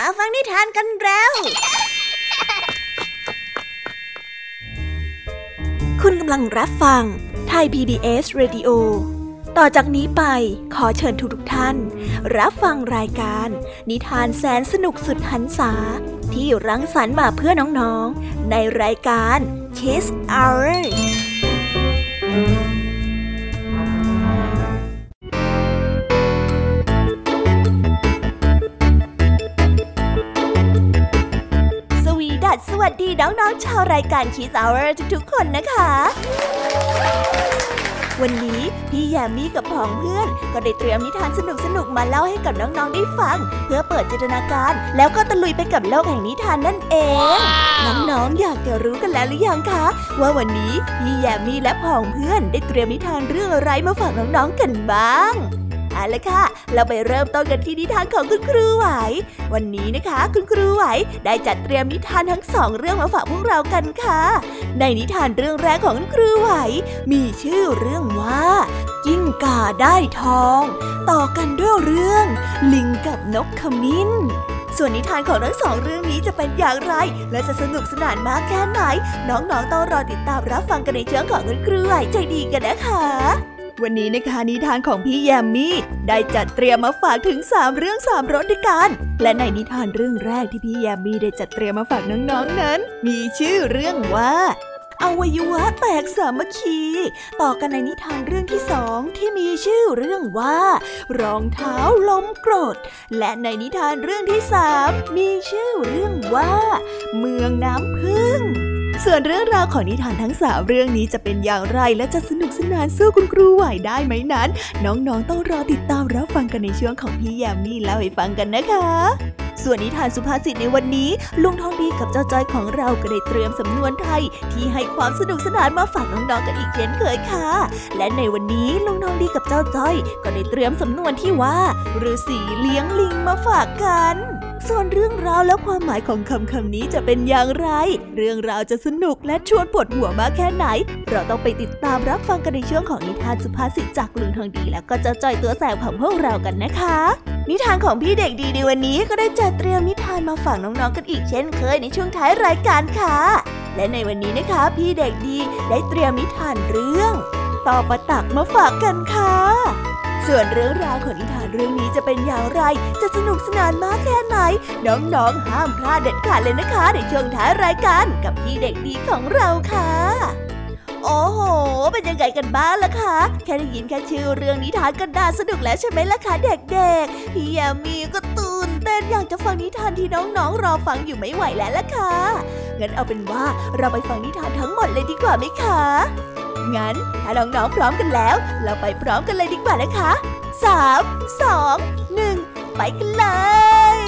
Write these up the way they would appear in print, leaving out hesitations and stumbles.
ฟังนิทานกันแล้วคุณกำลังรับฟังไทย PBS Radio ต่อจากนี้ไปขอเชิญทุกท่านรับฟังรายการนิทานแสนสนุกสุดหรรษาที่รังสรรค์มาเพื่อน้องๆในรายการ Kids Hourสวัสดีน้องๆชาวรายการ Kids Hour ทุกๆคนนะคะวันนี้พี่แยมมี่กับผองเพื่อนก็ได้เตรียมนิทานสนุกๆมาเล่าให้กับน้องๆได้ฟังเพื่อเปิดจินตนาการแล้วก็ตะลุยไปกับโลกแห่งนิทานนั่นเองน้องๆอยากจะรู้กันแล้วหรือยังคะว่าวันนี้พี่แยมมี่และผองเพื่อนได้เตรียมนิทานเรื่องอะไรมาฝากน้องๆกันบ้างเอาละค่ะเราไปเริ่มต้นกันที่นิทานของคุณครูไหววันนี้นะคะคุณครูไหวได้จัดเตรียมนิทานทั้ง2เรื่องมาฝากพวกเรากันค่ะในนิทานเรื่องแรกของคุณครูไหวมีชื่อเรื่องว่ากิ้งก่าได้ทองต่อกันด้วยเรื่องลิงกับนกขมิ้นส่วนนิทานของทั้ง2เรื่องนี้จะเป็นอย่างไรและจะสนุกสนานมากแค่ไหนน้องๆต้องรอติดตามรับฟังกันในช่วงของคุณครูไหวใจดีกันนะคะวันนี้นะคะนิทานของพี่แยมมี่ได้จัดเตรียมมาฝากถึง3เรื่อง3รสด้วยกันและในนิทานเรื่องแรกที่พี่แยมมี่ได้จัดเตรียมมาฝากน้องๆนั้นมีชื่อเรื่องว่าอวัยวะแตกสามัคคีต่อกันในนิทานเรื่องที่2ที่มีชื่อเรื่องว่ารองเท้าล้มกรดและในนิทานเรื่องที่3มีชื่อเรื่องว่าเมืองน้ำผึ้งส่วนเรื่องราวของนิทานทั้ง3เรื่องนี้จะเป็นอย่างไรและจะสนุกสนานสู้คุณครูไหวได้ไหมนั้นน้องๆต้องรอติดตามรับฟังกันในช่วงของพี่แยมมี่เล่าให้ฟังกันนะคะส่วนนิทานสุภาษิตในวันนี้ลุงทองดีกับเจ้าจ้อยของเราก็ได้เตรียมสำนวนไทยที่ให้ความสนุกสนานมาฝากน้องๆกันอีกเช่นเคยค่ะและในวันนี้ลุงทองดีกับเจ้าจ้อยก็ได้เตรียมสำนวนที่ว่าฤาษีเลี้ยงลิงมาฝากกันส่วนเรื่องราวและความหมายของคำนี้จะเป็นอย่างไรเรื่องราวจะสนุกและชวนปวดหัวมากแค่ไหนเราต้องไปติดตามรับฟังกันในช่วงของนิทานสุภาษิตจากลุงทองดีและก็เจ้าจ้อยตัวแสบของพวกเรากันนะคะนิทานของพี่เด็กดีในวันนี้ก็ได้จัดเตรียมนิทานมาฝากน้องๆกันอีกเช่นเคยในช่วงท้ายรายการค่ะและในวันนี้นะคะพี่เด็กดีได้เตรียมนิทานเรื่องต่อประตักมาฝากกันค่ะส่วนเรื่องราวของนิทานเรื่องนี้จะเป็นอย่างไรจะสนุกสนานมากแค่ไหนน้องๆห้ามพลาดเด็ดขาดเลยนะคะในช่วงท้ายรายการกับพี่เด็กดีของเราค่ะโอ้โหเป็นยังไงกันบ้างล่ะคะแค่ได้ยินแค่ชื่อเรื่องนิทานก็น่าสนุกแล้วใช่ไหมล่ะคะเด็กๆพี่แยมมี่ก็ตื่นเต้นอยากจะฟังนิทานที่น้องๆรอฟังอยู่ไม่ไหวแล้วล่ะค่ะงั้นเอาเป็นว่าเราไปฟังนิทานทั้งหมดเลยดีกว่าไหมคะงั้นถ้าน้องๆพร้อมกันแล้วเราไปพร้อมกันเลยดีกว่านะคะ3 2 1ไปกันเลย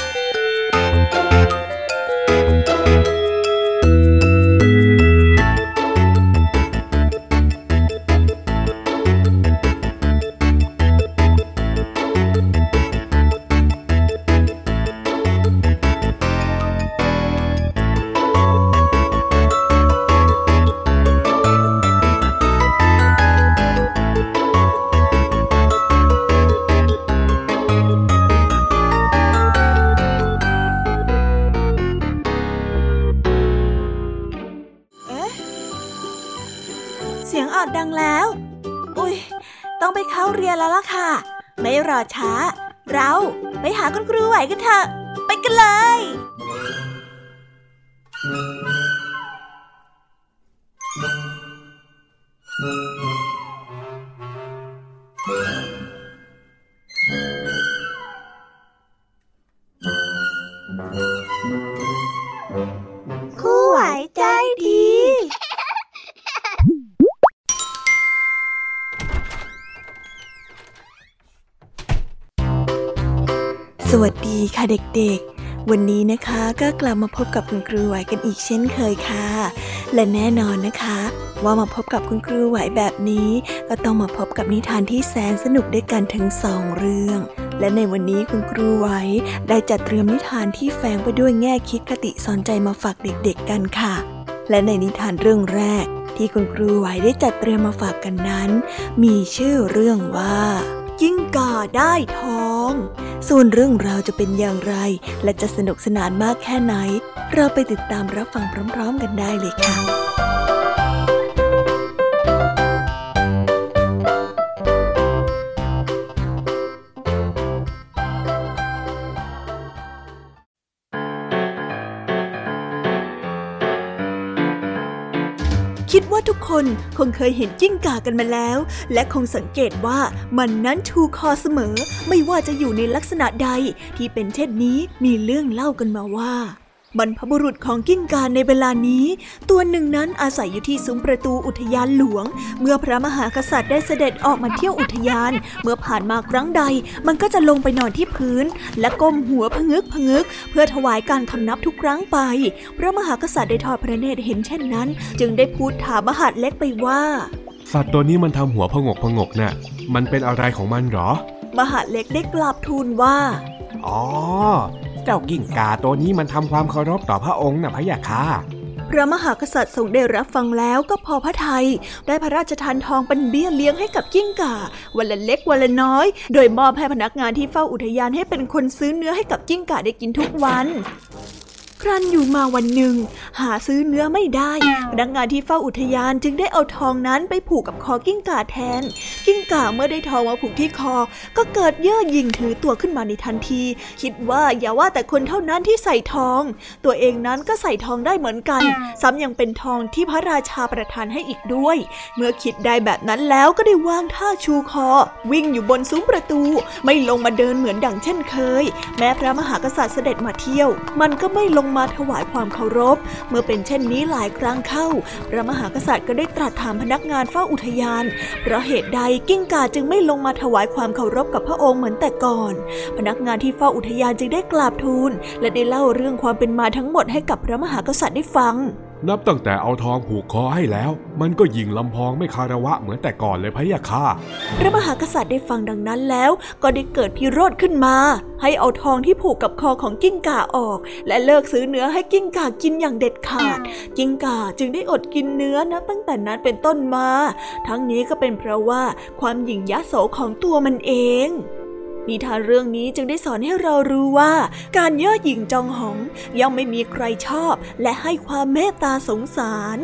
ดังแล้วอุ๊ยต้องไปเข้าเรียนแล้วล่ะค่ะไม่รอช้าเราไปหาคุณครูไหวกันเถอะไปกันเลยครูไหวใจดีสวัสดีค่ะเด็กๆวันนี้นะคะก็กลับมาพบกับคุณครูไหวกันอีกเช่นเคยค่ะและแน่นอนนะคะว่ามาพบกับคุณครูไหวแบบนี้ก็ต้องมาพบกับนิทานที่แสนสนุกด้วยกันถึง2เรื่องและในวันนี้คุณครูไหวได้จัดเตรียมนิทานที่แฝงไปด้วยแง่คิดคติสอนใจมาฝากเด็กๆกันค่ะและในนิทานเรื่องแรกที่คุณครูไหวได้จัดเตรียมมาฝากกันนั้นมีชื่อเรื่องว่ากิ้งก่าได้ทองส่วนเรื่องราวจะเป็นอย่างไรและจะสนุกสนานมากแค่ไหนเราไปติดตามรับฟังพร้อมๆกันได้เลยค่ะคิดว่าทุกคนคงเคยเห็นกิ้งก่ากันมาแล้วและคงสังเกตว่ามันนั้นชูคอเสมอไม่ว่าจะอยู่ในลักษณะใดที่เป็นเช่นนี้มีเรื่องเล่ากันมาว่าบรรพบุรุษของกิ้งก่าในเวลานี้ตัวหนึ่งนั้นอาศัยอยู่ที่ซุ้มประตูอุทยานหลวงเมื่อพระมหากษัตริย์ได้เสด็จออกมาเที่ยวอุทยานเมื่อผ่านมาครั้งใดมันก็จะลงไปนอนที่พื้นและก้มหัวพงึกเพื่อถวายการคำนับทุกครั้งไปพระมหากษัตริย์ได้ทอดพระเนตรเห็นเช่นนั้นจึงได้พูดถามมหาดเล็กไปว่าสัตว์ตัวนี้มันทำหัวพงกน่ะมันเป็นอะไรของมันหรอมหาดเล็กได้กราบทูลว่าอ๋อเจ้ากิ้งก่าตัวนี้มันทำความเคารพต่อพระองค์นะพะยะค่ะพระมหากษัตริย์ทรงได้รับฟังแล้วก็พอพระทัยได้พระราชทานทองเป็นเบี้ยเลี้ยงให้กับกิ้งก่าวันละเล็กวันละน้อยโดยมอบให้พนักงานที่เฝ้าอุทยานให้เป็นคนซื้อเนื้อให้กับกิ้งก่าได้กินทุกวันครั้นอยู่มาวันหนึ่งหาซื้อเนื้อไม่ได้พนักงานที่เฝ้าอุทยานจึงได้เอาทองนั้นไปผูกกับคอกิ้งก่าแทนกิ้งก่าเมื่อได้ทองมาผูกที่คอก็เกิดเย่อหยิ่งถือตัวขึ้นมาในทันทีคิดว่าอย่าว่าแต่คนเท่านั้นที่ใส่ทองตัวเองนั้นก็ใส่ทองได้เหมือนกันซ้ำยังเป็นทองที่พระราชาประทานให้อีกด้วยเมื่อคิดได้แบบนั้นแล้วก็ได้วางท่าชูคอวิ่งอยู่บนซุ้มประตูไม่ลงมาเดินเหมือนดังเช่นเคยแม้พระมหากษัตริย์เสด็จมาเที่ยวมันก็ไม่ลงมาถวายความเคารพเมื่อเป็นเช่นนี้หลายครั้งเข้าพระมหากษัตริย์ก็ได้ตรัสถามพนักงานเฝ้าอุทยานเพราะเหตุใดกิ้งก่าจึงไม่ลงมาถวายความเคารพกับพระองค์เหมือนแต่ก่อนพนักงานที่เฝ้าอุทยานจึงได้กราบทูลและได้เล่าเรื่องความเป็นมาทั้งหมดให้กับพระมหากษัตริย์ได้ฟังนับตั้งแต่เอาทองผูกคอให้แล้วมันก็ยิ่งลำพองไม่คารวะเหมือนแต่ก่อนเลยพะยะค่ะพระมหากษัตริย์ได้ฟังดังนั้นแล้วก็ได้เกิดพิโรธขึ้นมาให้เอาทองที่ผูกกับคอของกิ้งก่าออกและเลิกซื้อเนื้อให้กิ้งก่ากินอย่างเด็ดขาดกิ้งก่าจึงได้อดกินเนื้อนับตั้งแต่นั้นเป็นต้นมาทั้งนี้ก็เป็นเพราะว่าความหยิ่งยโสของตัวมันเองนิทานเรื่องนี้จึงได้สอนให้เรารู้ว่าการเย่อหยิ่งจองหองย่อมไม่มีใครชอบและให้ความเมตตาสงสาร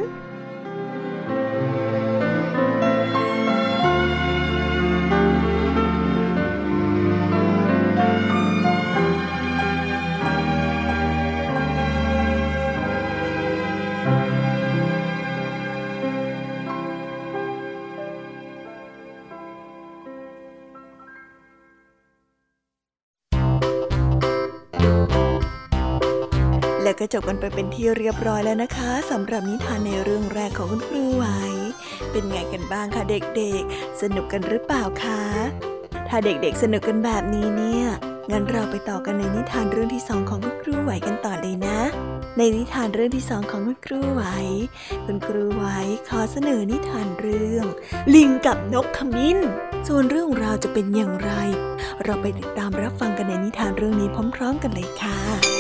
และก็จบกันไปเป็นที่เรียบร้อยแล้วนะคะสำหรับนิทานในเรื่องแรกของคุณครูไหวเป็นไงกันบ้างคะเด็กๆสนุกกันหรือเปล่าคะถ้าเด็กๆสนุกกันแบบนี้เนี่ยงั้นเราไปต่อกันในนิทานเรื่องที่2ของคุณครูไหวกันต่อเลยนะในนิทานเรื่องที่2ของคุณครูไหวคุณครูไหวขอเสนอนิทานเรื่องลิงกับนกขมิ้นส่วนเรื่องราวจะเป็นอย่างไรเราไปติดตามรับฟังกันในนิทานเรื่องนี้พร้อมๆกันเลยค่ะ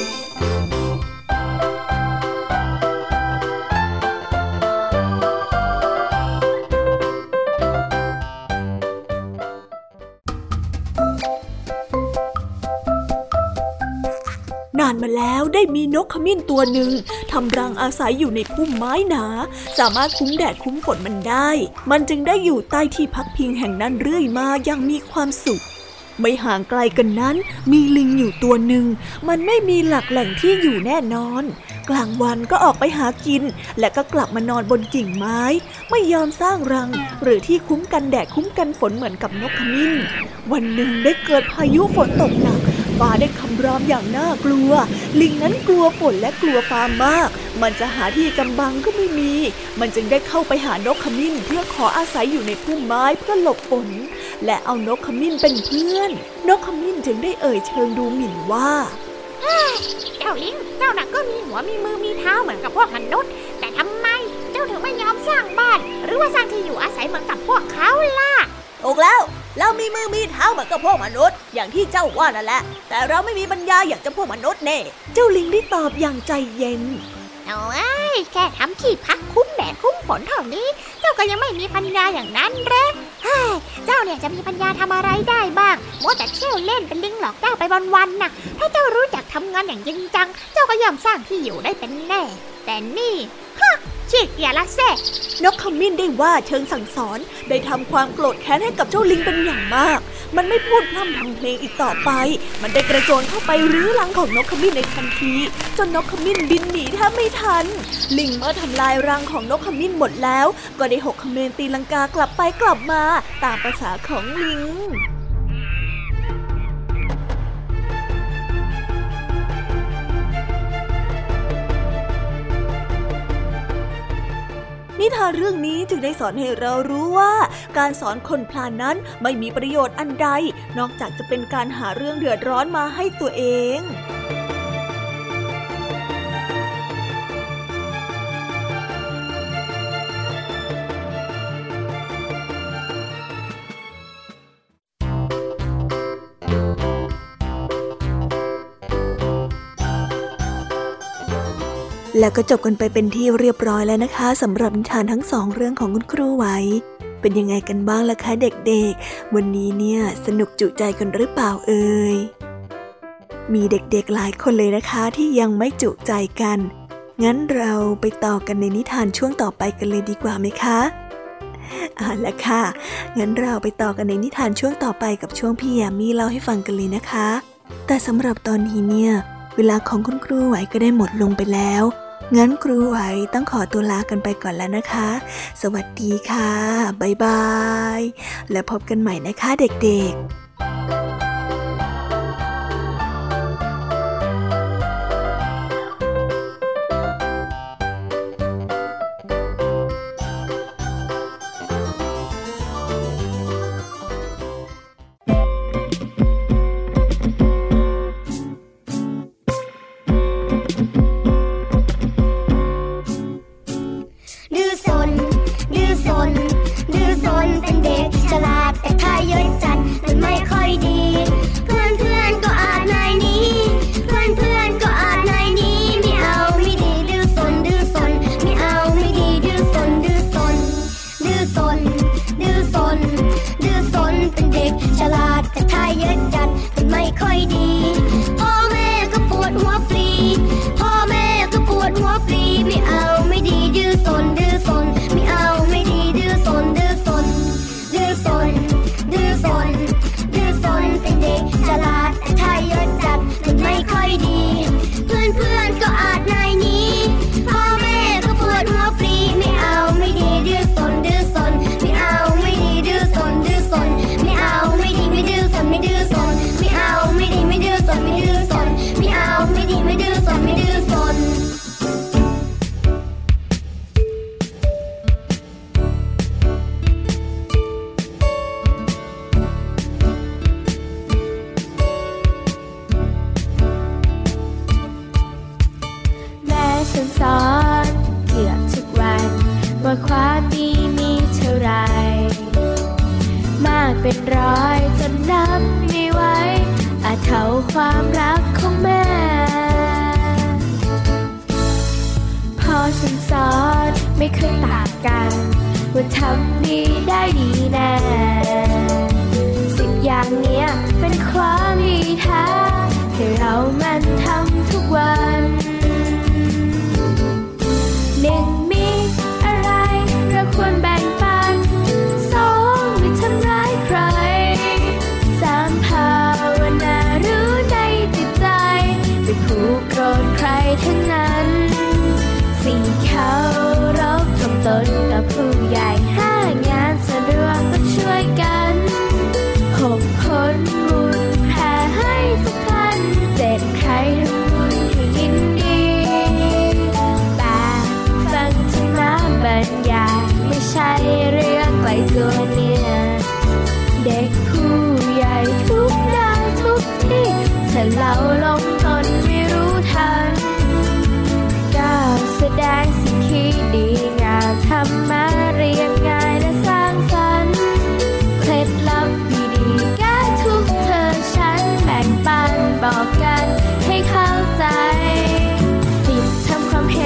นานมาแล้วได้มีนกขมิ้นตัวหนึ่งทำรังอาศัยอยู่ในพุ่มไม้หนาสามารถคุ้มแดดคุ้มฝนมันได้มันจึงได้อยู่ใต้ที่พักพิงแห่งนั้นเรื่อยมาอย่างมีความสุขไม่ห่างไกลกันนั้นมีลิงอยู่ตัวหนึ่งมันไม่มีหลักแหล่งที่อยู่แน่นอนกลางวันก็ออกไปหากินและก็กลับมานอนบนกิ่งไม้ไม่ยอมสร้างรังหรือที่คุ้มกันแดดคุ้มกันฝนเหมือนกับนกขมิ้นวันหนึ่งได้เกิดพายุฝนตกหนักฟ้าได้คำรามอย่างน่ากลัวลิงนั้นกลัวฝนและกลัวฟ้ามากมันจะหาที่กำบังก็ไม่มีมันจึงได้เข้าไปหานกขมิ้นเพื่อขออาศัยอยู่ในพุ่มไม้เพื่อหลบฝนและเอานกขมิ้นเป็นเพื่อนนกขมิ้นจึงได้เอ่ยเชิงดูหมิ่นว่าเจ้าลิงเจ้าน่ะก็มีหัวมีมือมีเท้าเหมือนกับพวกมนุษย์แต่ทำไมเจ้าถึงไม่ยอมสร้างบ้านหรือว่าสร้างที่อยู่อาศัยเหมือนกับพวกเขาล่ะถูกแล้วเรามีมือมีเท้าเหมือนกับพวกมนุษย์อย่างที่เจ้าว่านั่นแหละแต่เราไม่มีปัญญาอย่างเจ้าพวกมนุษย์แน่เจ้าลิงได้ตอบอย่างใจเย็นโอ้ยแค่ทำที่พักคุ้มแดดคุ้มฝนเท่านี้เจ้าก็ยังไม่มีปัญญาอย่างนั้นหรือเจ้าเนี่ยจะมีปัญญาทำอะไรได้บ้างมัวแต่เที่ยวเล่นเป็นลิงหลอกเจ้าไปวันๆน่ะถ้าเจ้ารู้จักทำงานอย่างจริงจังเจ้าก็ย่อมสร้างที่อยู่ได้เป็นแน่แต่นี่ขี้เกียจละเซ่นกขมิ้นได้ว่าเชิงสั่งสอนได้ทำความโกรธแค้นให้กับเจ้าลิงเป็นอย่างมากมันไม่พูดพร่ำทำเพลงอีกต่อไปมันได้กระโจนเข้าไปรื้อรังของนกขมิ้นในทันทีจนนกขมิ้นบินหนีแทบไม่ทันลิงเมื่อทำลายรังของนกขมิ้นหมดแล้วก็ได้หกเขมรตีลังกากลับไปกลับมาตามประสาของลิงนิทานเรื่องนี้จึงได้สอนให้เรารู้ว่าการสอนคนพลานนั้นไม่มีประโยชน์อันใดนอกจากจะเป็นการหาเรื่องเดือดร้อนมาให้ตัวเองแล้วก็จบกันไปเป็นที่เรียบร้อยแล้วนะคะสำหรับนิทานทั้งสองเรื่องของคุณครูไหวเป็นยังไงกันบ้างล่ะคะเด็กๆวันนี้เนี่ยสนุกจุใจกันหรือเปล่าเอ่ยมีเด็กๆหลายคนเลยนะคะที่ยังไม่จุใจกันงั้นเราไปต่อกันในนิทานช่วงต่อไปกันเลยดีกว่าไหมคะเอาล่ะค่ะงั้นเราไปต่อกันในนิทานช่วงต่อไปกับช่วงพี่แยมมี่เล่าให้ฟังกันเลยนะคะแต่สำหรับตอนนี้เนี่ยเวลาของคุณครูไหวก็ได้หมดลงไปแล้วงั้นครูไหวต้องขอตัวลากันไปก่อนแล้วนะคะสวัสดีค่ะบ๊ายบายแล้วพบกันใหม่นะคะเด็กๆ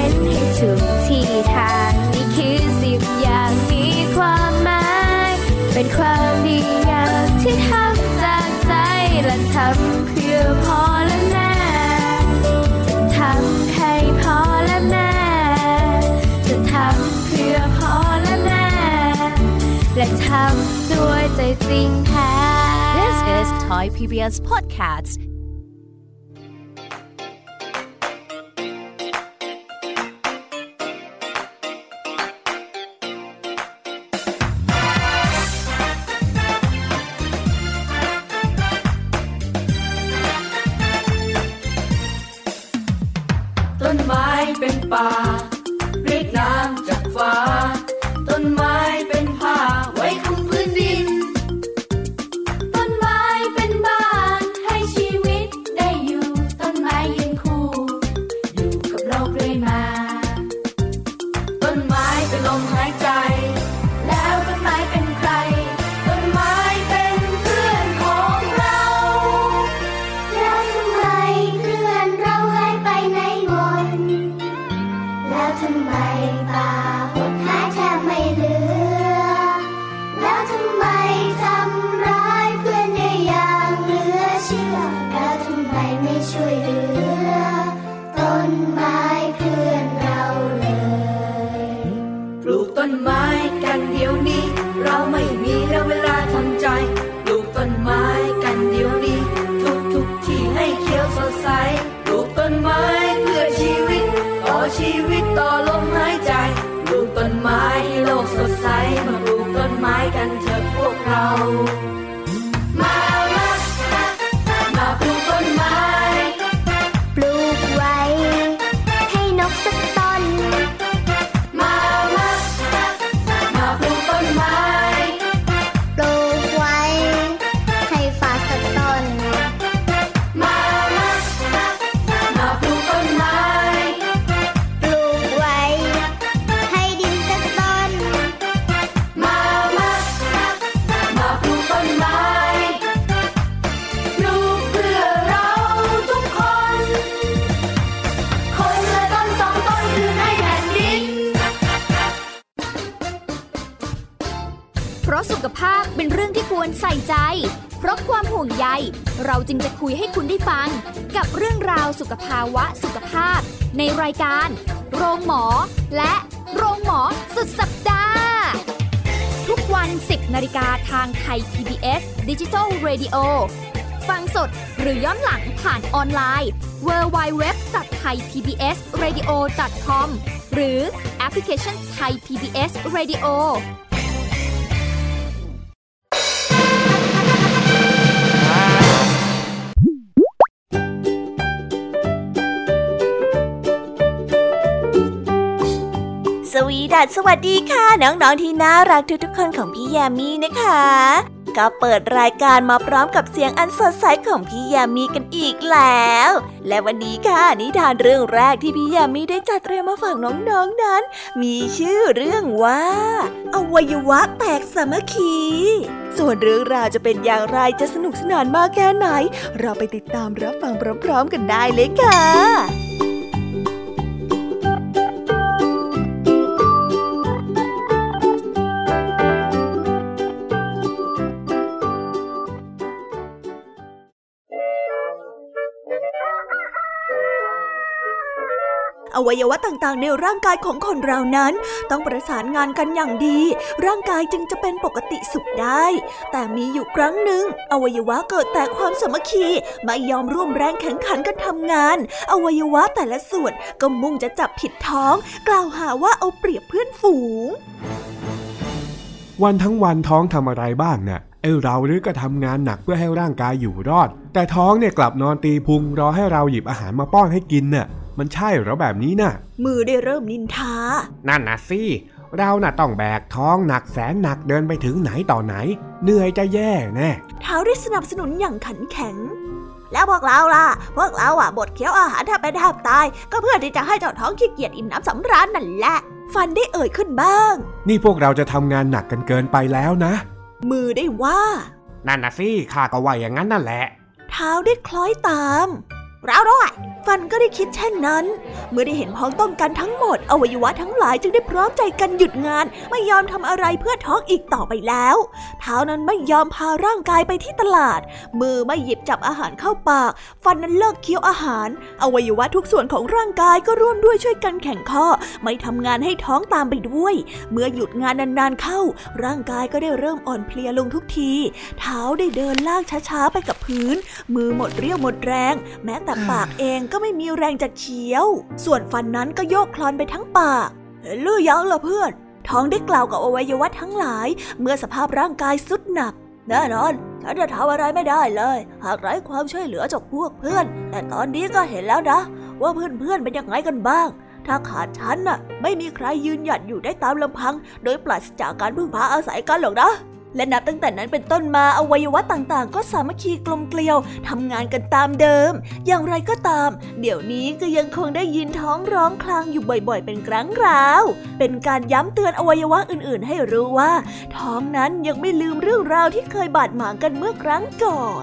ถูกที่ทางนี่คือ10 อย่างมีความหมายเป็นความดีงามที่ทำจากใจและทำเพื่อพ่อและแม่ทำให้พ่อและแม่จะทำเพื่อพ่อและแม่และทำด้วยใจจริงแท้ This is Thai PBS Podcast ต้นไม้เป็นป่าเรียกน้ำจากฟ้าต้นไม้เป็นผ้าไว้คลุมพื้นดินต้นไม้เป็นบ้านให้ชีวิตได้อยู่ต้นไม้ยืนคู่อยู่กับเราเรื่อยมาต้นไม้เป็นลมหายใจแล้วต้นไม้เป็นใครต้นไม้เป็นเพื่อนของเราแล้วทำไมเพื่อนเราหายไปไหนหมดแล้วทำไมป่าหดหายแทบไม่เหลือแล้วทำไมทำร้ายเพื่อนได้อย่างเหลือเชื่อแล้วทำไมไม่ช่วยเหลือต้นไม้เพื่อนเราเลยปลูกต้นไม้กันเดี๋ยวนี้เราไม่มีแล้วเวลาทำใจปลูกต้นไม้กันเดี๋ยวนี้ทุกที่ให้เขียวสดใสปลูกต้นไม้เพื่อชีวิตต่อชีวิตต่อลมหายใจปลูกต้นไม้ให้โลกสดใสมาปลูกต้นไม้กันเถอะพวกเรามาปลูกต้นไม้ปลูกไว้ให้นกสักต้นมาปลูกต้นไม้ปลูกไว้ให้ฟ้าสักต้นมาปลูกต้นไม้ปลูกไว้ให้ดินสักต้นมาปลูกต้นไม้ปลูกเพื่อเราทุกคนคนละต้นสองต้นคือให้แผ่นดินเพราะสุขภาพเป็นเรื่องที่ควรใส่ใจเพราะความห่วงใยเราจึงจะคุยให้คุณได้ฟังกับเรื่องราวสุขภาวะสุขภาพในรายการโรงหมอและโรงหมอสุดสัปดาห์ทุกวัน 10 นาฬิกาทางไทย PBS Digital Radio ฟังสดหรือย้อนหลังผ่านออนไลน์ www.thaipbsradio.com หรือแอปพลิเคชัน Thai PBS Radio สวัสดีค่ะน้องๆที่น่ารักทุกๆคนของพี่ยามีนะคะก็เปิดรายการมาพร้อมกับเสียงอันสดใสของพี่ยามีกันอีกแล้วและวันนี้ค่ะนิทานเรื่องแรกที่พี่ยามีได้จัดเตรียมมาฝากน้องๆนั้นมีชื่อเรื่องว่าอวัยวะแตกสามัคคีส่วนเรื่องราวจะเป็นอย่างไรจะสนุกสนานมากแค่ไหนเราไปติดตามรับฟังพร้อมๆกันได้เลยค่ะอวัยวะต่างๆในร่างกายของคนเรานั้นต้องประสานงานกันอย่างดีร่างกายจึงจะเป็นปกติสุขได้แต่มีอยู่ครั้งหนึ่งอวัยวะเกิดแต่ความสามัคคีไม่ยอมร่วมแรงแข่งขันกันทำงานอวัยวะแต่ละส่วนก็มุ่งจะจับผิดท้องกล่าวหาว่าเอาเปรียบเพื่อนฝูงวันทั้งวันท้องทำอะไรบ้างน่ะเราหรือก็ทำงานหนักเพื่อให้ร่างกายอยู่รอดแต่ท้องเนี่ยกลับนอนตีพุงรอให้เราหยิบอาหารมาป้อนให้กินน่ะมันใช่เหรอแบบนี้น่ะมือได้เริ่มนินทานั่นน่ะสิเราน่ะต้องแบกท้องหนักแสนหนักเดินไปถึงไหนต่อไหนเหนื่อยจะแย่แน่เท้าได้สนับสนุนอย่างขันแข็งแล้วพวกเราล่ะพวกเราบดเคี้ยวอาหารแทบเป็นแทบตายก็เพื่อที่จะให้เจ้าท้องขี้เกียจอิ่มน้ำสำราญนั่นแหละฟันได้เอ่ยขึ้นบ้างนี่พวกเราจะทำงานหนักกันเกินไปแล้วนะมือได้ว่านั่นน่ะสิข้าก็ว่าอย่างนั้นนั่นแหละเท้าได้คล้อยตามเราด้วยฟันก็ได้คิดเช่นนั้นเมื่อได้เห็นพ้องต้องกันทั้งหมดอวัยวะทั้งหลายจึงได้พร้อมใจกันหยุดงานไม่ยอมทำอะไรเพื่อท้องอีกต่อไปแล้วเท้านั้นไม่ยอมพาร่างกายไปที่ตลาดมือไม่หยิบจับอาหารเข้าปากฟันนั้นเลิกเคี้ยวอาหารอวัยวะทุกส่วนของร่างกายก็ร่วมด้วยช่วยกันแข่งข้อไม่ทำงานให้ท้องตามไปด้วยเมื่อหยุดงานนานๆเข้าร่างกายก็ได้เริ่มอ่อนเพลียลงทุกทีเท้าได้เดินลากช้าๆไปกับพื้นมือหมดเรี่ยวหมดแรงแม้แต่ปากเองก็ไม่มีแรงจะเคี้ยวส่วนฟันนั้นก็โยกคลอนไปทั้งปากเห็นหรือยังล่ะเพื่อนท้องได้กล่าวกับอวัยวะทั้งหลายเมื่อสภาพร่างกายทรุดหนักแน่นอนฉันจะทำอะไรไม่ได้เลยหากไร้ความช่วยเหลือจากพวกเพื่อนแต่ตอนนี้ก็เห็นแล้วนะว่าเพื่อนๆเป็นยังไงกันบ้างถ้าขาดฉันน่ะไม่มีใครยืนหยัดอยู่ได้ตามลำพังโดยปราศจากการพึ่งพาอาศัยกันหรอกนะและนับตั้งแต่นั้นเป็นต้นมาอวัยวะต่างๆก็สามัคคีกลมเกลียวทำงานกันตามเดิมอย่างไรก็ตามเดี๋ยวนี้ก็ยังคงได้ยินท้องร้องครางอยู่บ่อยๆเป็นครั้งคราวเป็นการย้ำเตือนอวัยวะอื่นๆให้รู้ว่าท้องนั้นยังไม่ลืมเรื่องราวที่เคยบาดหมางกันเมื่อครั้งก่อน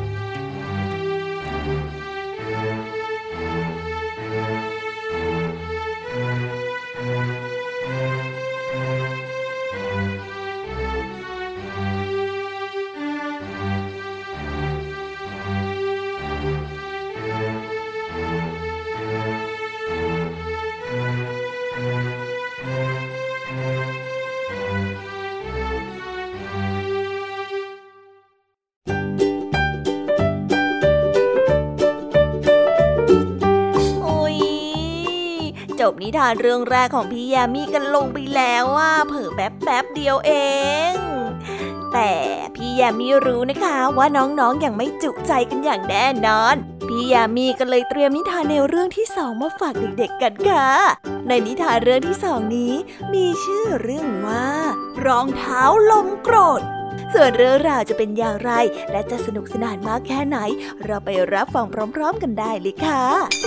จบนิทานเรื่องแรกของพี่แยมมี่กันลงไปแล้วเผลอแป๊บเดียวเองแต่พี่แยมมี่รู้นะคะว่าน้องๆยังไม่จุใจกันอย่างแน่นอนพี่แยมมี่ก็เลยเตรียมนิทานแนวเรื่องที่2มาฝากเด็กๆกันค่ะในนิทานเรื่องที่2นี้มีชื่อเรื่องว่ารองเท้าลมโกรธส่วนเรื่องราวจะเป็นอย่างไรและจะสนุกสนานมากแค่ไหนเราไปรับฟังพร้อมๆกันได้เลยค่ะ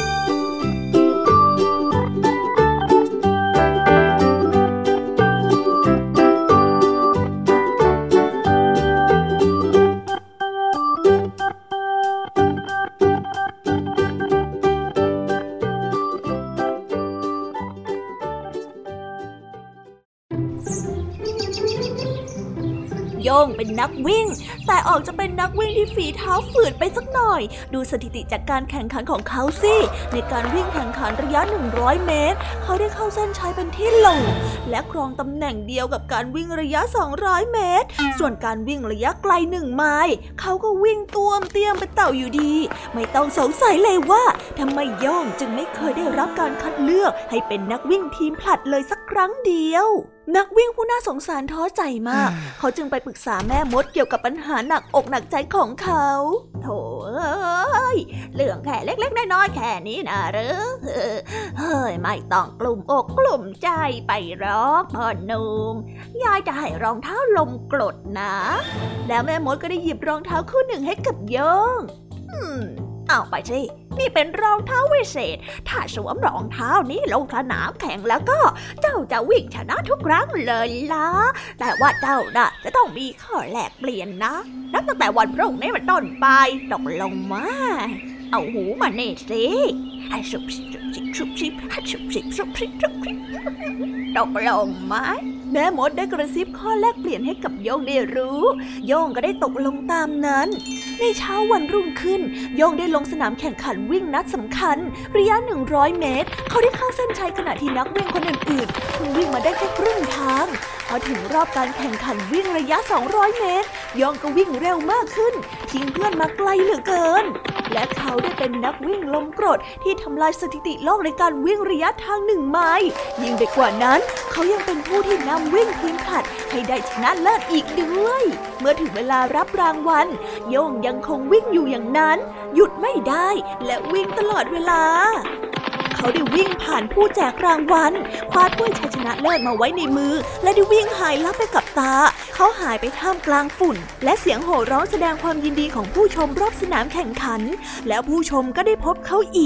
โย่งเป็นนักวิ่งแต่ออกจะเป็นนักวิ่งที่ฝีเท้าฝืดไปสักหน่อยดูสถิติจากการแข่งขันของเขาสิในการวิ่งแข่งขันระยะ100เมตรเขาได้เข้าเส้นชัยเป็นที่หนึ่งและครองตำแหน่งเดียวกับการวิ่งระยะ200เมตรส่วนการวิ่งระยะไกล1ไมล์เขาก็วิ่งต้วมเตี้ยมเป็นเต่าอยู่ดีไม่ต้องสงสัยเลยว่าทำไมโย่งจึงไม่เคยได้รับการคัดเลือกให้เป็นนักวิ่งทีมผลัดเลยสักครั้งเดียวนักวิ่งผู้น่าสงสารท้อใจมากเขาจึงไปปรึกษาแม่มดเกี่ยวกับปัญหาหนักอกหนักใจของเขาโธ่เรื่องแค่เล็กๆน้อยๆแค่นี้นะหรือเฮ้ยไม่ต้องกลุ่มอกกลุ่มใจไปหรอกพ่อหนุ่มยายจะให้รองเท้าลมกรดนะแล้วแม่มดก็ได้หยิบรองเท้าคู่หนึ่งให้กับโย่งเอาไปสินี่เป็นรองเท้าวิเศษถ้าสวมรองเท้านี้ลงสนามแข่งแล้วก็เจ้าจะวิ่งชนะทุกครั้งเลยล่ะแต่ว่าเจ้าน่ะจะต้องมีข้อแลกเปลี่ยนนะนับตั้งแต่วันพรุ่งนี้เป็นต้นไปตกลงมาเอาหูมาเน่สิให้สุบสิบสุบสิบให้สุบสิบสุบสิบสุบสิบตกลงไหมแม่มดได้กระซิบข้อแลกเปลี่ยนให้กับโย่งได้รู้โย่งก็ได้ตกลงตามนั้นในเช้าวันรุ่งขึ้นโย่งได้ลงสนามแข่งขันวิ่งนัดสำคัญระยะ100เมตรเขาได้เข้าเส้นชัยขณะที่นักวิ่งคนอื่นๆเพิ่งวิ่งมาได้แค่ครึ่งทางพอถึงรอบการแข่งขันวิ่งระยะ200เมตรโย่งก็วิ่งเร็วมากขึ้นทิ้งเพื่อนมาไกลเหลือเกินและเขาได้เป็นนักวิ่งลมกรดที่ทำลายสถิติโลกในการวิ่งระยะทาง1ไมล์ยิ่งไปกว่านั้นเขายังเป็นผู้ที่นำวิ่งทีมผลัดให้ได้ชนะเลิศอีกด้วยเมื่อถึงเวลารับรางวัลโย่งยังคงวิ่งอยู่อย่างนั้นหยุดไม่ได้และวิ่งตลอดเวลาเขาได้วิ่งผ่านผู้แจกรางวัลคว้าถ้วยชัยชนะเลิศมาไว้ในมือและได้วิ่งหายลับไปกับตาเขาหายไปท่ามกลางฝุ่นและเสียงโห่ร้องแสดงความยินดีของผู้ชมรอบสนามแข่งขันแล้วผู้ชมก็ได้พบเขาอีก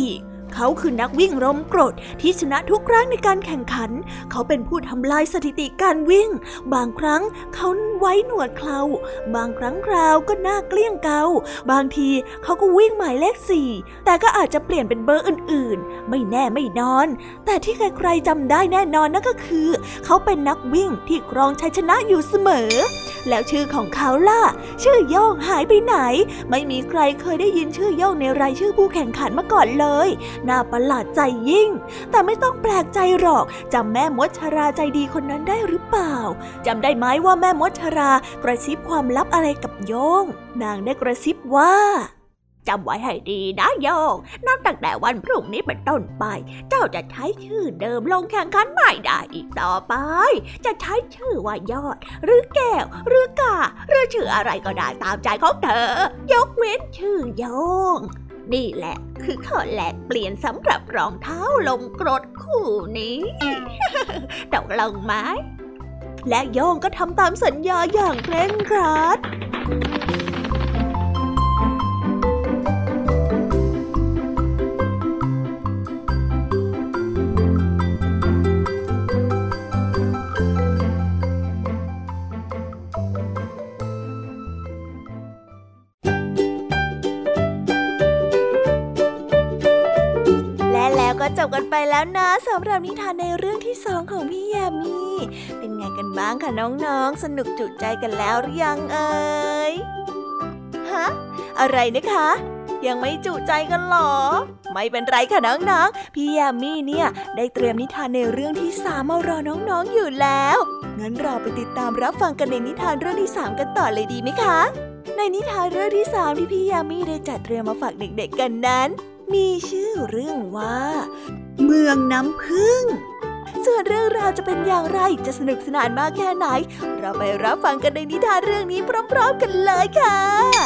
เขาคือนักวิ่งลมกรดที่ชนะทุกครั้งในการแข่งขันเขาเป็นผู้ทำลายสถิติการวิ่งบางครั้งเขาไว้หนวดเคราบางครั้งคราวก็หน้าเกลี้ยงเกาบางทีเขาก็วิ่งหมายเลข4แต่ก็อาจจะเปลี่ยนเป็นเบอร์อื่นๆไม่แน่ไม่นอนแต่ที่ใครๆจำได้แน่นอนนั่นก็คือเขาเป็นนักวิ่งที่ครองชัยชนะอยู่เสมอแล้วชื่อของเขาล่ะชื่อโย่งหายไปไหนไม่มีใครเคยได้ยินชื่อโย่งในรายชื่อผู้แข่งขันมาก่อนเลยน่าประหลาดใจยิ่งแต่ไม่ต้องแปลกใจหรอกจำแม่มดชราใจดีคนนั้นได้หรือเปล่าจำได้ไหมว่าแม่มดชรากระซิบความลับอะไรกับโย่งนางได้กระซิบว่าจำไว้ให้ดีนะโย่งนับตั้งแต่วันพรุ่งนี้เป็นต้นไปเจ้าจะใช้ชื่อเดิมลงแข่งขันไม่ได้อีกต่อไปจะใช้ชื่อว่ายอดหรือแก้วหรือกาหรือชื่ออะไรก็ได้ตามใจของเธอยกเว้นชื่อโย่งนี่แหละคือข้อแลกเปลี่ยนสำหรับรองเท้าลมกรดคู่นี้ ตกลงไหมและโย่งก็ทำตามสัญญาอย่างเคร่งครัดจบกันไปแล้วนะสำหรับนิทานในเรื่องที่2ของพี่ยามีเป็นไงกันบ้างคะน้องๆสนุกจุใจกันแล้วหรือยังเอ่ยฮะอะไรนะคะยังไม่จุใจกันหรอไม่เป็นไรค่ะน้องๆพี่ยามีเนี่ยได้เตรียมนิทานในเรื่องที่3มารอน้องๆอยู่แล้วงั้นเราไปติดตามรับฟังกันในนิทานเรื่องที่3กันต่อเลยดีไหมคะในนิทานเรื่องที่3ที่พี่ยามีได้จัดเตรียมมาฝากเด็กๆกันนั้นมีชื่อเรื่องว่าเมืองน้ำผึ้งส่วนเรื่องราวจะเป็นอย่างไรจะสนุกสนานมากแค่ไหนเราไปรับฟังกันในนิทานเรื่องนี้พร้อมๆกันเลยค่ะ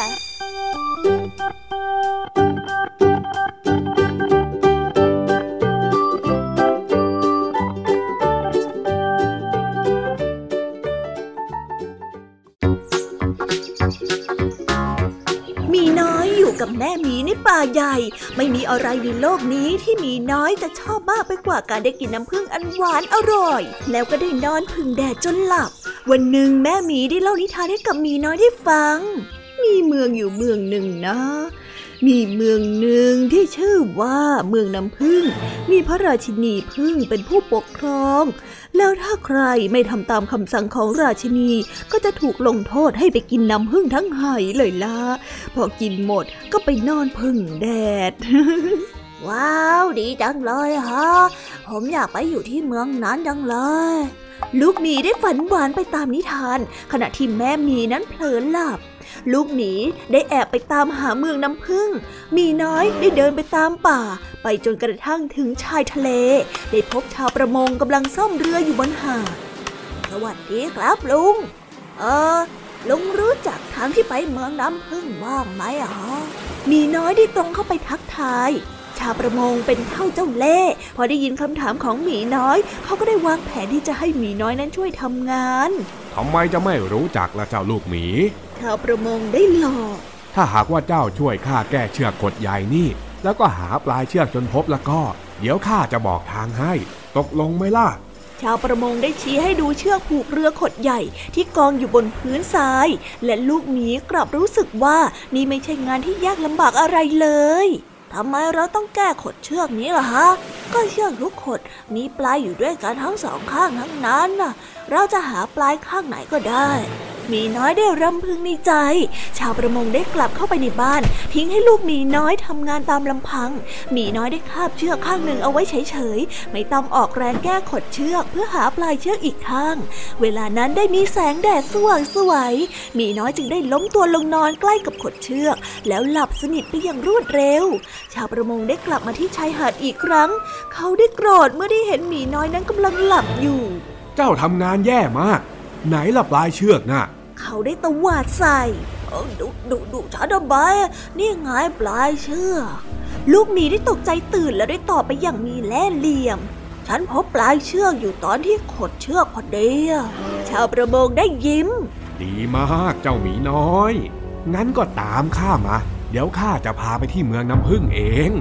มีน้อยอยู่กับแม่หมีในป่าใหญ่ไม่มีอะไรในโลกนี้ที่หมีน้อยจะชอบมากไปกว่าการได้กินน้ำผึ้งอันหวานอร่อยแล้วก็ได้นอนผึ่งแดดจนหลับวันหนึ่งแม่หมีได้เล่านิทานให้กับหมีน้อยได้ฟังมีเมืองอยู่เมืองหนึ่งนะมีเมืองหนึ่งที่ชื่อว่าเมืองน้ำผึ้งมีพระราชินีผึ้งเป็นผู้ปกครองแล้วถ้าใครไม่ทำตามคำสั่งของราชินีก็จะถูกลงโทษให้ไปกินน้ำผึ้งทั้งไหเลยล่ะพอกินหมดก็ไปนอนผึ่งแดด ว้าวดีจังเลยฮะผมอยากไปอยู่ที่เมืองนั้นจังเลยลูกหมีได้ฝันหวานไปตามนิทานขณะที่แม่หมีนั้นเผลอหลับลูกหมีได้แอบไปตามหาเมืองน้ำผึ้งหมีน้อยได้เดินไปตามป่าไปจนกระทั่งถึงชายทะเลได้พบชาวประมงกำลังซ่อมเรืออยู่บนหาดสวัสดีครับลุงลุงรู้จักทางที่ไปเมืองน้ำผึ้งบ้างไหมฮะหมีน้อยได้ตรงเข้าไปทักทายชาวประมงเป็นเท่าเจ้าเล่ห์พอได้ยินคำถามของหมีน้อยเขาก็ได้วางแผนที่จะให้หมีน้อยนั้นช่วยทำงานทำไมจะไม่รู้จักล่ะเจ้าลูกหมีชาวประมงได้หลอกถ้าหากว่าเจ้าช่วยข้าแก้เชือกกดใหญ่นี่แล้วก็หาปลายเชือกจนพบแล้วก็เดี๋ยวข้าจะบอกทางให้ตกลงไหมล่ะชาวประมงได้ชี้ให้ดูเชือกผูกเรือขดใหญ่ที่กองอยู่บนพื้นทรายและลูกหมีกลับรู้สึกว่านี่ไม่ใช่งานที่ยากลำบากอะไรเลยทำไมเราต้องแก้ขดเชือกนี้ล่ะฮะก็เชือกทุกขดมีปลายอยู่ด้วยกันทั้งสองข้างทั้งนั้นน่ะเราจะหาปลายข้างไหนก็ได้หมีน้อยได้รำพึงในใจชาวประมงได้กลับเข้าไปในบ้านทิ้งให้ลูกหมีน้อยทำงานตามลำพังหมีน้อยได้คาบเชือกข้างหนึ่งเอาไว้เฉยๆไม่ต้องออกแรงแก้ขดเชือกเพื่อหาปลายเชือกอีกข้างเวลานั้นได้มีแสงแดดสว่างไสวหมีน้อยจึงได้ล้มตัวลงนอนใกล้กับขดเชือกแล้วหลับสนิทไปอย่างรวดเร็วชาวประมงได้กลับมาที่ชายหาดอีกครั้งเขาได้โกรธเมื่อได้เห็นหมีน้อยนั้นกำลังหลับอยู่เจ้าทำงานแย่มากไหนล่ะปลายเชือกน่ะเขาได้ตวาดใส่ดูฉันทำไมนี่ไงปลายเชือกลูกหมีได้ตกใจตื่นแล้วได้ตอบไปอย่างมีแล่เหลี่ยมฉันพบปลายเชือกอยู่ตอนที่ขดเชือกพอดีชาวประมงได้ยิ้มดีมากเจ้าหมีน้อยงั้นก็ตามข้ามาเดี๋ยวข้าจะพาไปที่เมืองน้ำผึ้งเอง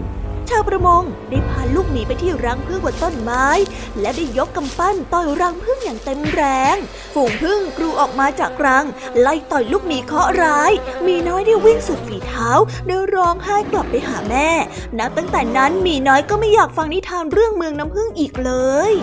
ชาวประมงได้พาลูกหมีไปที่รังผึ้งบนต้นไม้และได้ยกกำปั้นต่อยรังผึ้งอย่างเต็มแรงฝูงผึ้งกรูออกมาจากรังไล่ต่อยลูกหมีเคราะห์ร้ายหมีน้อยได้วิ่งสุดฝีเท้าได้ร้องไห้กลับไปหาแม่นับตั้งแต่นั้นหมีน้อยก็ไม่อยากฟังนิทานเรื่องเมืองน้ำผึ้งอีกเลย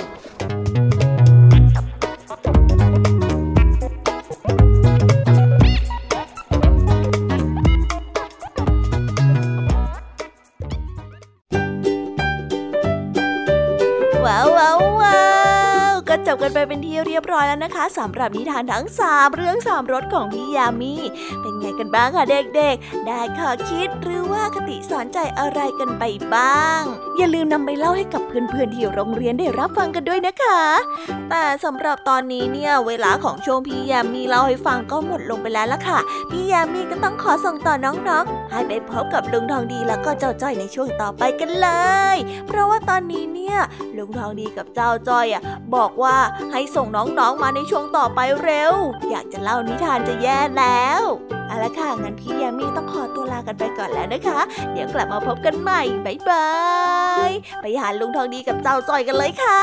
จบกันไปเป็นที่เรียบร้อยแล้วนะคะสำหรับนิทานทั้ง3เรื่อง3รสของพี่ยามีเป็นไงกันบ้างคะเด็กๆได้ข้อคิดหรือว่าคติสอนใจอะไรกันไปบ้างอย่าลืมนำไปเล่าให้กับเพื่อนๆที่โรงเรียนได้รับฟังกันด้วยนะคะแต่สำหรับตอนนี้เนี่ยเวลาของช่วงพี่ยามีเล่าให้ฟังก็หมดลงไปแล้วล่ะค่ะพี่ยามีก็ต้องขอส่งต่อน้องๆให้ไปพบกับลุงทองดีแล้วก็เจ้าจ้อยในช่วงต่อไปกันเลยเพราะว่าตอนนี้เนี่ยลุงทองดีกับเจ้าจ้อยบอกว่าให้ส่งน้องๆมาในช่วงต่อไปเร็วอยากจะเล่านิทานจะแย่แล้วเอาละค่ะงั้นพี่ยามีต้องขอตัวลากันไปก่อนแล้วนะคะเดี๋ยวกลับมาพบกันใหม่บ๊ายบายไปหาลุงทองดีกับเจ้าจ้อยกันเลยค่ะ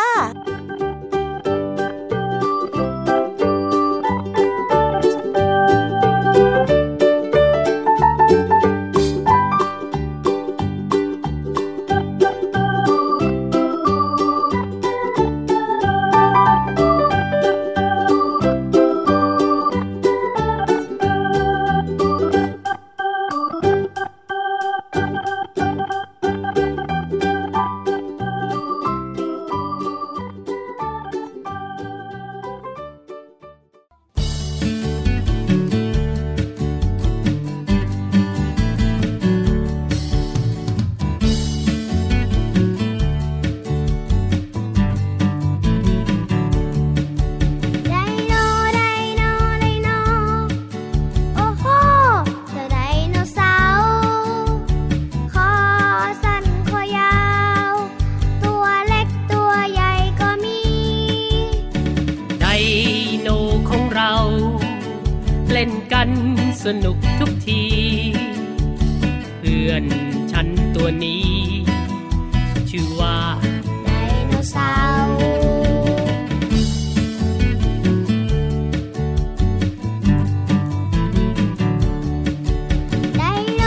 สนุกทุกทีเพื่อนฉันตัวนี้ชื่อว่าไดโนเสาร์ไดโน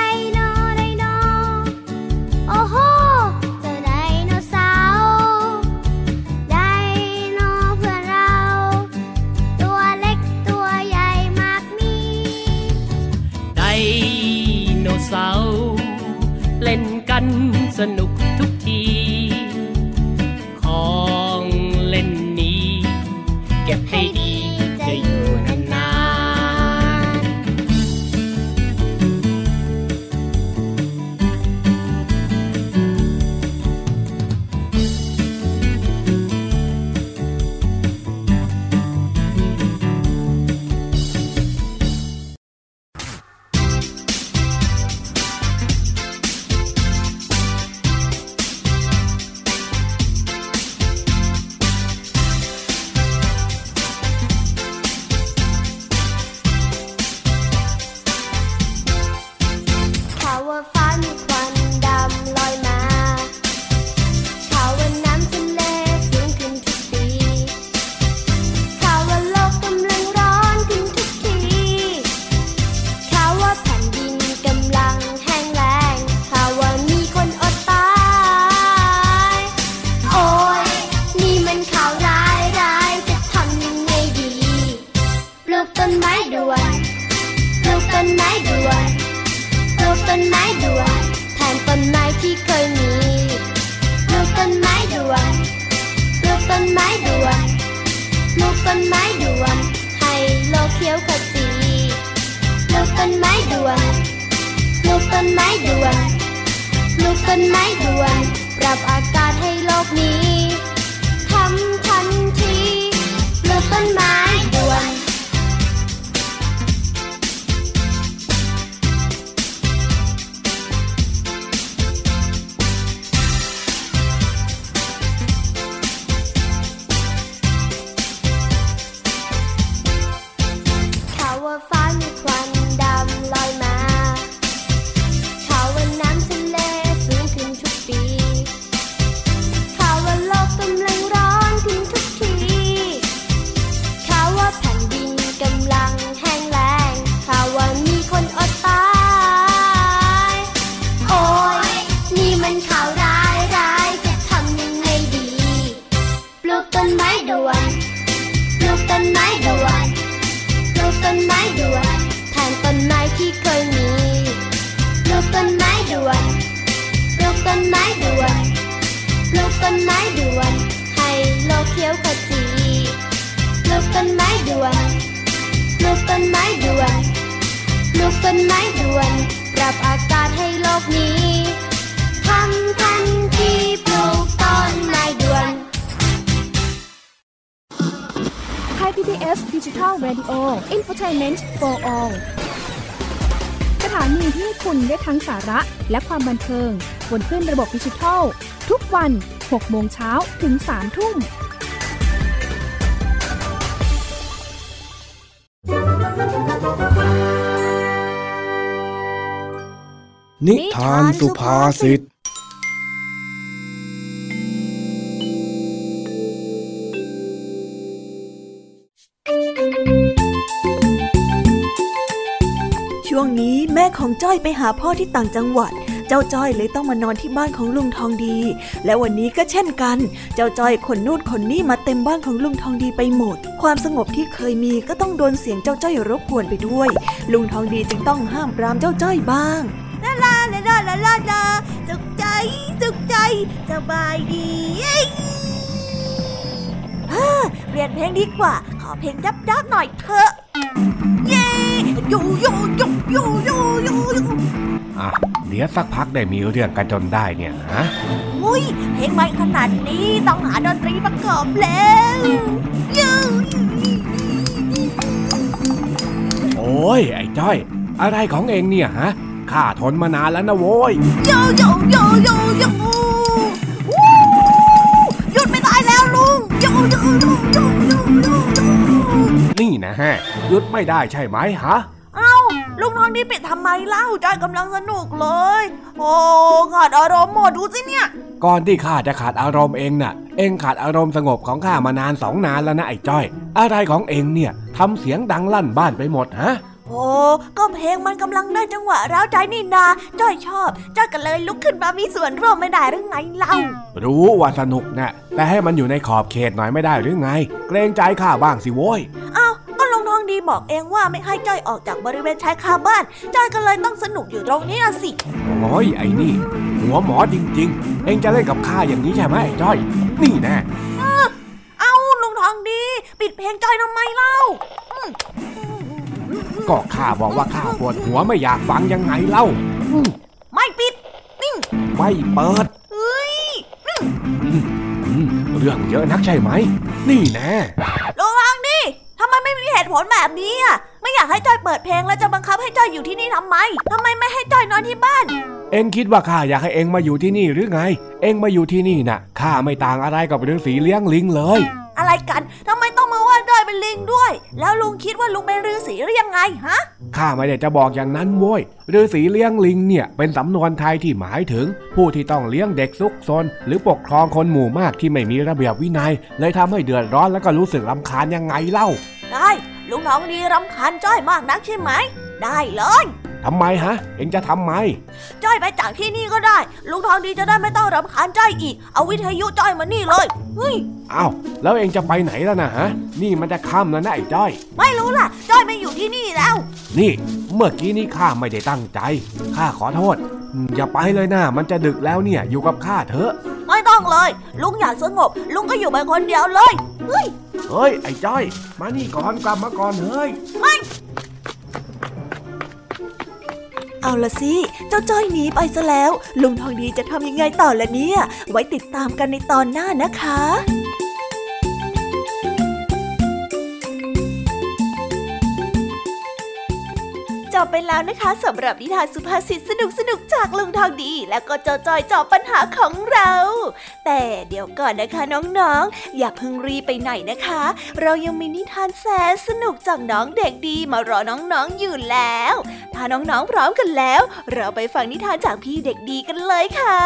โอ้โหเจ้าไดโนเสาร์ไดโนเพื่อนเราตัวเล็กตัวใหญ่มากมีไดโนเสาร์เล่นกันสนุกทุกทีของเล่นนี้เก็บให้ดีจะอยู่นานๆข่าวว่าน้ำทะเลสูงนไม้ด่วนปลูกต้นไม้ด่วนให้โลกเขียวขจีปลูกต้นไม้ด่วนปลูกต้นไม้ด่วนปลูกต้นไม้ด่วนปรับอากาศให้โลกนี้ทำทันทีปลูกต้นไม้ด่วน Thai PBS Digital Radio Infotainment for All สถานีที่คุณได้ทั้งสาระและความบันเทิงบนคลื่นระบบดิจิทัลทุกวัน 6 โมงเช้าถึง 3 ทุ่มนิทานสุภาษิตช่วงนี้แม่ของจ้อยไปหาพ่อที่ต่างจังหวัดเจ้าจ้อยเลยต้องมานอนที่บ้านของลุงทองดีและวันนี้ก็เช่นกันเจ้าจ้อยขนนู่นขนนี่มาเต็มบ้านของลุงทองดีไปหมดความสงบที่เคยมีก็ต้องโดนเสียงเจ้าจ้อยรบกวนไปด้วยลุงทองดีจึงต้องห้ามปรามเจ้าจ้อยบ้างลาลาลาลาลาลาลาจุกใจจุกใจสบายดีเปลี่ยนเพลงดีกว่าขอเพลงดับๆหน่อยเถอะเย้ยูยูยูยูยูยูเดี๋ยวสักพักได้มีเรื่องกันจนได้เนี่ยฮะอุ้ยเพลงใหม่ขนาดนี้ต้องหาดนตรีประกอบแล้วยูโอ้ยไอ้จ้อยอะไรของเองเนี่ยฮะข้าทนมานานแล้วนะโว้ยยูยูยูยูยูหยุดไม่ได้แล้วลุงยูยูยูยูยูยูนี่นะฮะหยุดไม่ได้ใช่ไหมฮะลุงทองดีปิดทำไมเล่าจ้อยกำลังสนุกเลยโอ้ขาดอารมณ์หมดดูสิเนี่ยก่อนที่ข้าจะขาดอารมณ์เองน่ะเองขาดอารมณ์สงบของข้ามานาน2 นานแล้วนะไอ้จ้อยอะไรของเองเนี่ยทำเสียงดังลั่นบ้านไปหมดฮะโอ้ก็เพลงมันกำลังได้จังหวะร้าวใจนี่นาจ้อยชอบจ้อยก็เลยลุกขึ้นมามีส่วนร่วมไม่ได้หรือไงเล่ารู้ว่าสนุกนะแต่ให้มันอยู่ในขอบเขตหน่อยไม่ได้หรือไงเกรงใจข้าบ้างสิโว้ยลุงทองดีบอกเองว่าไม่ให้จ้อยออกจากบริเวณชายคาบ้านจ้อยก็เลยต้องสนุกอยู่ตรงนี้นะสิโอ้ยไอ้นี่หัวหมอจริงๆเองจะเล่นกับข้าอย่างนี้ใช่ไหมไอ้จ้อยนี่แน่เอาลุงทองดีปิดเพลงจ้อยทำไมเล่าก็ข้าบอกว่าข้าปวดหัวไม่อยากฟังยังไงเล่าไม่ปิดนิ่งไม่เปิดเฮ้ยเรื่องเยอะนักใช่ไหมนี่แน่ลุงทองดีทำไมไม่มีเหตุผลแบบนี้อ่ะไม่อยากให้จ้อยเปิดเพลงแล้วจะบังคับให้จ้อยอยู่ที่นี่ทำไมไม่ให้จ้อยนอนที่บ้านเอ็งคิดว่าข้าอยากให้เอ็งมาอยู่ที่นี่หรือไงเอ็งมาอยู่ที่นี่น่ะข้าไม่ต่างอะไรกับฤาษีเลี้ยงลิงเลยอะไรกันทำไมต้องมาว่าจ้อยเป็นลิงด้วยแล้วลุงคิดว่าลุงเป็นฤาษีหรือยังไงฮะข้าไม่ได้จะบอกอย่างนั้นโว้ยฤาษีเลี้ยงลิงเนี่ยเป็นสำนวนไทยที่หมายถึงผู้ที่ต้องเลี้ยงเด็กซุกซนหรือปกครองคนหมู่มากที่ไม่มีระเบียบวินัยเลยทำให้เดือดร้อนแล้วก็รู้สึกรำคาญยังไงเล่าได้ลุงทองดีรำคาญจ้อยมากนักใช่ไหมได้เลยทำไมฮะเอ็งจะทำไมจ้อยไปจากที่นี่ก็ได้ลุงทองดีจะได้ไม่ต้องรำคาญจ้อยอีกเอาวิทยุจ้อยมานี่เลยเฮ้ยอ้าวแล้วเอ็งจะไปไหนล่ะนะฮะนี่มันจะค่ำแล้วนะไอ้จ้อยไม่รู้ล่ะจ้อยไม่อยู่ที่นี่แล้วนี่เมื่อกี้นี้ข้าไม่ได้ตั้งใจข้าขอโทษอย่าไปเลยนะมันจะดึกแล้วเนี่ยอยู่กับข้าเถอะไม่ต้องเลยลุงอยากสงบลุงก็อยู่ไปคนเดียวเลยเฮ้ยไอ้จ้อยมานี่ก่อนกลับมาก่อนเฮ้ยไม่เอาละสิเจ้าจ้อยหนีไปซะแล้วลุงทองดีจะทำยังไงต่อล่ะเนี่ยไว้ติดตามกันในตอนหน้านะคะ จบไปแล้วนะคะสำหรับนิทานสุภาษิตสนุกๆจากลุงทองดีและก็เจ้าจ้อยจอบปัญหาของเราแต่เดี๋ยวก่อนนะคะน้องๆอย่าเพิ่งรีบไปไหนนะคะเรายังมีนิทานแสนสนุกจากน้องเด็กดีมารอน้องๆอยู่แล้วถ้าน้องๆพร้อมกันแล้วเราไปฟังนิทานจากพี่เด็กดีกันเลยค่ะ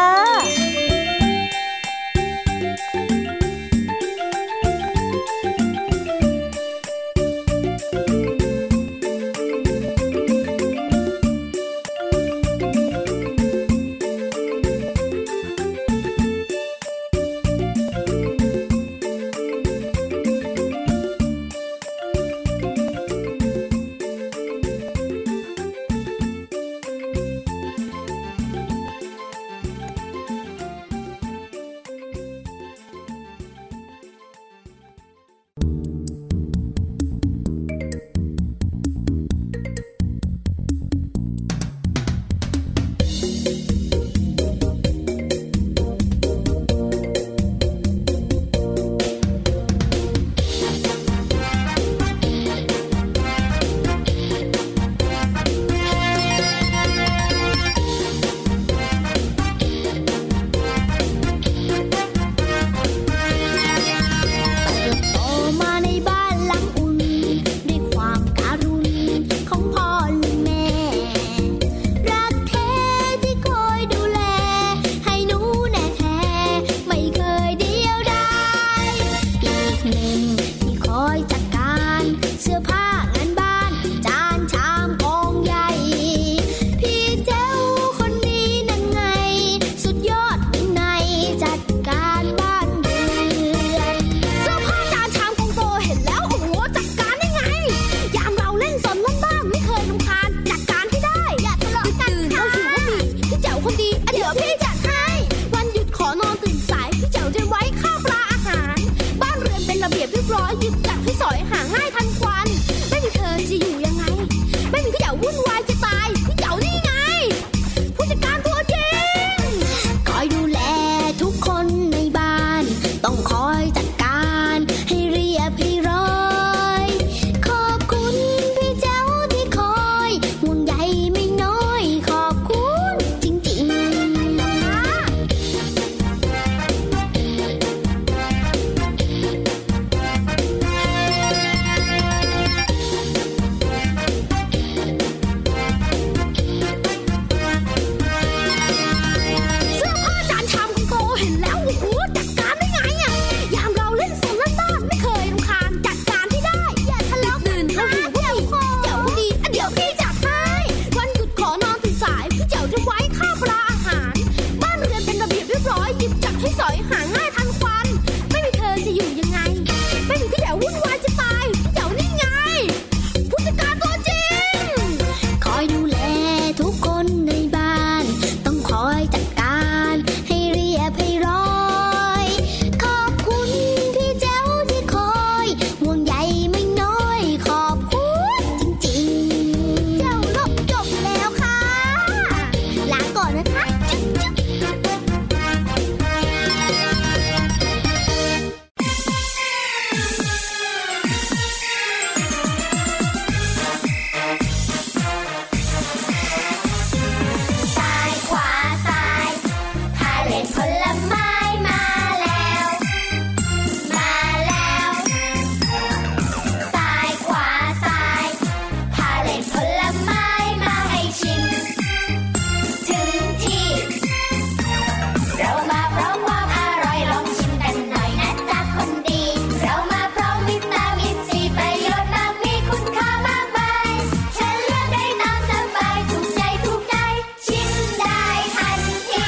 ลไม้มาแล้วมาแล้วซ้ายขวาซ้ายพาเล่นผลไม้มาให้ชิมถึงที่เรามาพร้อมความอร่อยลองชิมกันหน่อยนะจ๊ะคนดีเรามาพร้อมวิตามินซีประโยชน์มากมีคุณค่ามากมายฉันเลือกได้ตามสบายถูกใจถูกใจชิมได้ทันที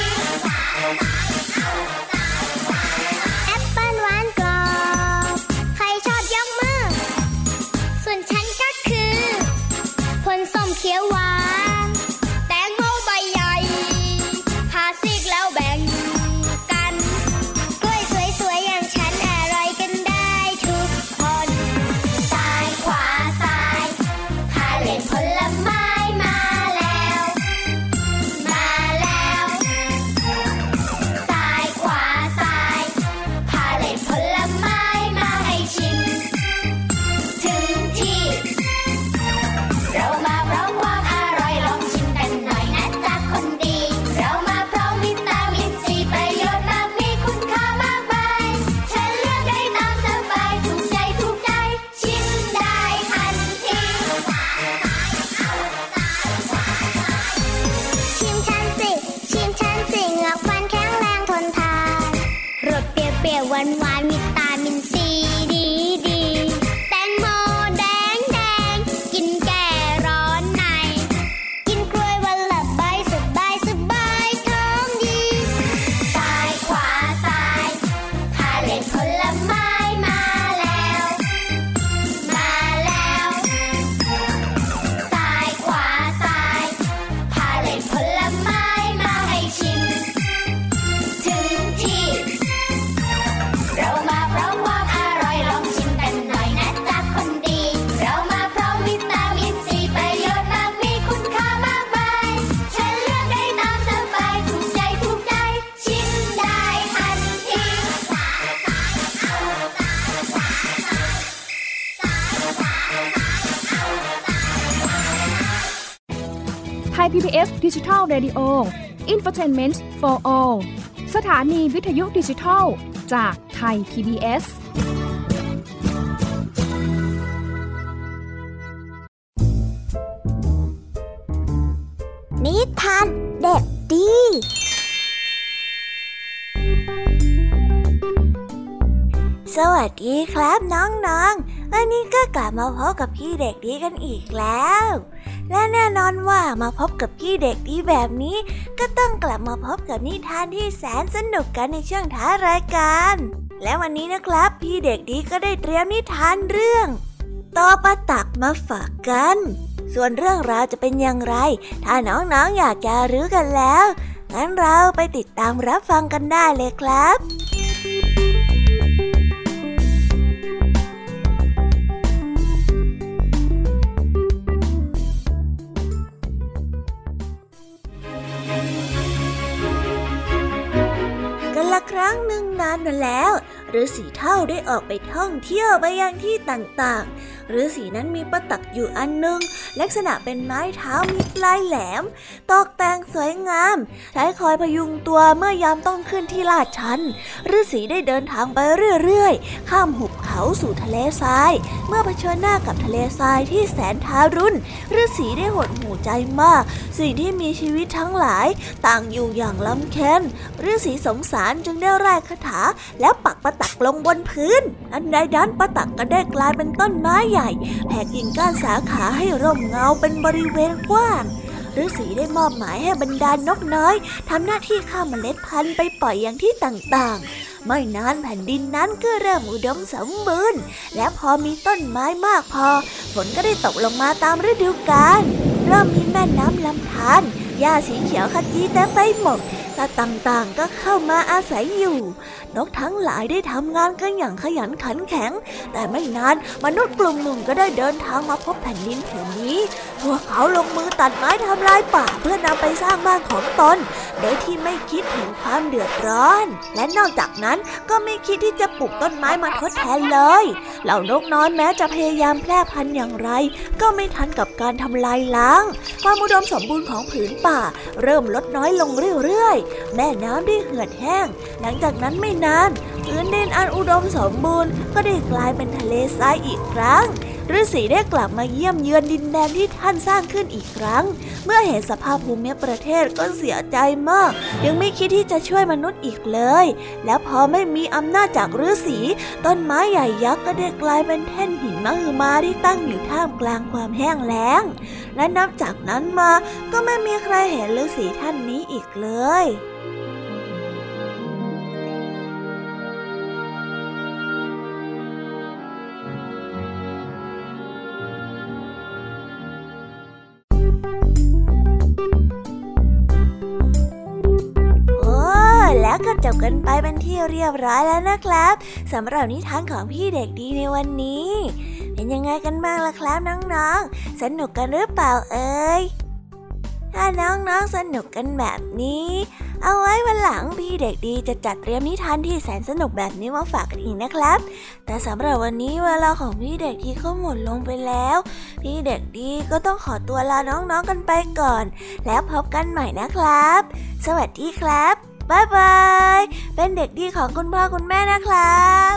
แอปเปิ้ลหวานกรอบใครชอบยกมือส่วนฉันก็คือผลส้มเขียวหวานแตงโมใบใหญ่ผ่าซีกแล้วแบ่งกันกล้วยสวยๆอย่างฉันอร่อยกันได้ทุกคนซ้ายขวาซ้ายพาเล่นผลไม้มาแล้วมาแล้วซ้ายขวาซ้ายพาเล่นผลไม้มาให้ชิมถึงที่เรามาพร้อมความอร่อยลองชิมกันหน่อยนะจ๊ะคนดีเรามาพร้อมวิตามินซีประโยชน์มากมีคุณค่ามากมายฉันเลือกได้ตามสบายถูกใจถูกใจชิมได้ทันทีชิมฉันสิชิมฉันสิเหงือกฟันแข็งแรงทนทานรสเปรี้ยวๆหวานๆวิตามินซีดีแตงโมแดงกินแก่ร้อนในกินกล้วยวันละใบสบายท้องดีซ้ายขวาซ้ายพาเล่นผลไม้มาแล้วมาแล้วซ้ายขวาซ้ายพาเล่นผลไม้มาให้ชิมถึงที่เรามาพร้อมความอร่อยลองชิมกันหน่อยนะจ๊ะคนดีเรามาพร้อมวิตามินซีประโยชน์มากมีคุณค่ามากมายฉันเลือกได้ตามสบายถูกใจถูกใจชิมได้ทันทีไทย PBS Digital Radio Infotainment for All สถานีวิทยุดิจิทัลจากไทย PBS นิทานเด็กดี สวัสดีครับน้องๆวันนี้ก็กลับมาพบกับพี่เด็กดีกันอีกแล้ว และแน่นอนว่ามาพบกับพี่เด็กดีแบบนี้ก็ต้องกลับมาพบกับนิทานที่แสนสนุกกันในช่วงท้ายรายการและวันนี้นะครับพี่เด็กดีก็ได้เตรียมนิทานเรื่องตอปะตักมาฝากกันส่วนเรื่องราวจะเป็นอย่างไรถ้าน้องๆอยากจะรู้กันแล้วงั้นเราไปติดตามรับฟังกันได้เลยครับ ครั้งหนึ่งนานมาแล้วฤาษีเฒ่าได้ออกไปท่องเที่ยวไปยังที่ต่างๆฤาษีนั้นมีประตักอยู่อันหนึ่งลักษณะเป็นไม้เท้ามีปลายแหลมตกแต่งสวยงามใช้คอยพยุงตัวเมื่อยามต้องขึ้นที่ลาดชันฤาษีได้เดินทางไปเรื่อยๆข้ามหุบเขาสู่ทะเลทรายเมื่อเผชิญหน้ากับทะเลทรายที่แสนทารุณฤาษีได้หดหู่ใจมากสิ่งที่มีชีวิตทั้งหลายต่างอยู่อย่างลำเค็ญฤาษีสงสารจึงได้ร่ายคาถาแล้วปักประตักลงบนพื้นอันใดนั้นประตักก็ได้กลายเป็นต้นไม้ใหญ่แผ่กิ่งก้านสาขาให้ร่มเงาเป็นบริเวณกว้างฤาษีได้มอบหมายให้บรรดานกน้อยทำหน้าที่ข้าเมล็ดพันธุ์ไปปล่อยอย่างที่ต่างๆไม่นานแผ่นดินนั้นก็เริ่มอุดมสมบูรณ์และพอมีต้นไม้มากพอฝนก็ได้ตกลงมาตามฤดูกาลเริ่มมีแม่น้ำลำธารหญ้าสีเขียวขจีเต็มไปหมดสัตว์ต่างๆก็เข้ามาอาศัยอยู่นกทั้งหลายได้ทำงานกันอย่างขยันขันแข็งแต่ไม่นานมนุษย์กลุ่มหนึ่งก็ได้เดินทางมาพบแผ่นดินผืนนี้พวกเขาลงมือตัดไม้ทำลายป่าเพื่อนำไปสร้างบ้านของตนโดยที่ไม่คิดถึงความเดือดร้อนและนอกจากนั้นก็ไม่คิดที่จะปลูกต้นไม้มาทดแทนเลยเหล่านกน้อยแม้จะพยายามแพร่พันธุ์อย่างไรก็ไม่ทันกับการทำลายล้างความอุดมสมบูรณ์ของผืนป่าเริ่มลดน้อยลงเรื่อยแม่น้ำได้เหือดแห้งหลังจากนั้นไม่นานพื้นดินอันอุดมสมบูรณ์ก็ได้กลายเป็นทะเลทรายอีกครั้งฤาษีได้กลับมาเยี่ยมเยือนดินแดนที่ท่านสร้างขึ้นอีกครั้งเมื่อเห็นสภาพภูมิประเทศก็เสียใจมากยังไม่คิดที่จะช่วยมนุษย์อีกเลยแล้วพอไม่มีอำนาจจากฤาษีต้นไม้ใหญ่ยักษ์ก็ได้กลายเป็นแท่นหินมหึมาที่ตั้งอยู่ท่ามกลางความแห้งแล้งและนับจากนั้นมาก็ไม่มีใครเห็นฤาษีท่านนี้อีกเลยแล้วก็จบกันไปเป็นที่เรียบร้อยแล้วนะครับสำหรับนิทานของพี่เด็กดีในวันนี้เป็นยังไงกันบ้างล่ะครับน้องๆสนุกกันหรือเปล่าเอ่ยถ้าน้องๆสนุกกันแบบนี้เอาไว้วันหลังพี่เด็กดีจะจัดเตรียมนิทานที่แสนสนุกแบบนี้มาฝากกันอีกนะครับแต่สำหรับวันนี้เวลาของพี่เด็กดีก็หมดลงไปแล้วพี่เด็กดีก็ต้องขอตัวลาน้องๆกันไปก่อนแล้วพบกันใหม่นะครับสวัสดีครับบ๊ายบายเป็นเด็กดีของคุณพ่อคุณแม่นะครับ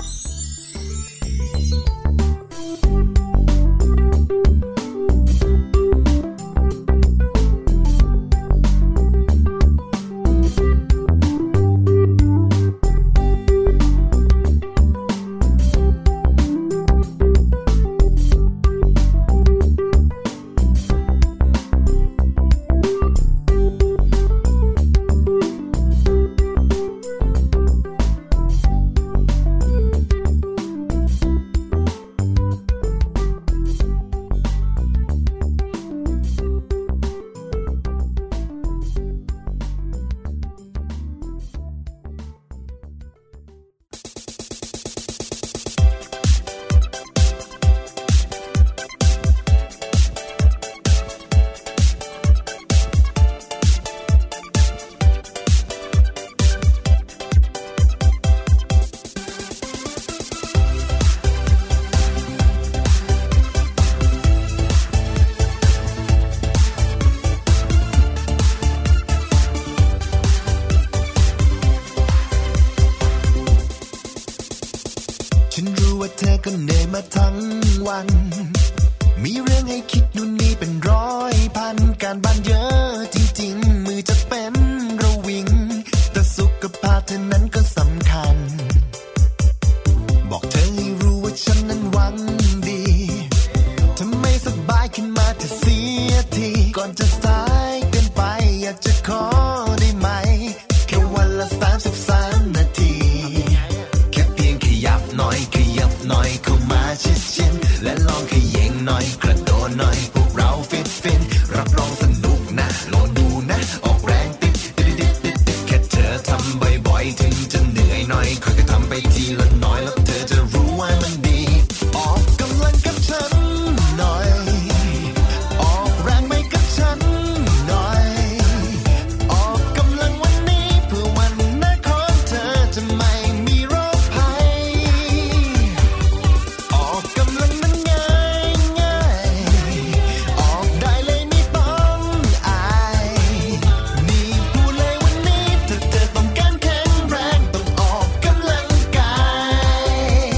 ทั้งวันมีเรื่องให้คิดนู่นนี่เป็นร้อยพันการบ้านเยอะจริงๆมือจะเป็นระวิงแต่สุขภาพเธอนั้นก็สำคัญบอกเธอให้รู้ว่าฉันนั้นหวังดีถ้าไม่สบายขึ้นมาเธอเสียทีก่อนจะสายเกินไปอยากจะขอได้ไหมแค่วันละ33 นาทีแค่เพียงขยับหน่อยเข้ามาชิดๆและลองขย่งหน่อยกระโดดหน่อยพวกเราฟินรับรองสนุกนะลองดูนะออกแรงติดแค่เธอทำบ่อยๆถึงจะเหนื่อยหน่อยค่อยๆทำไปทีละน้อยแล้วเธอจะรู้ว่ามันดีออกกำลังกับฉันหน่อยออกแรงไปกับฉันหน่อยออกกำลังวันนี้เพื่อวันหน้าของเธอจะไม่มีโรคภัยออกกำลังมันง่ายออกได้เลยไม่ต้องอายนี่พูดเลยวันนี้ถ้าเธอต้องการแข็งแรงต้องออกกำลังกาย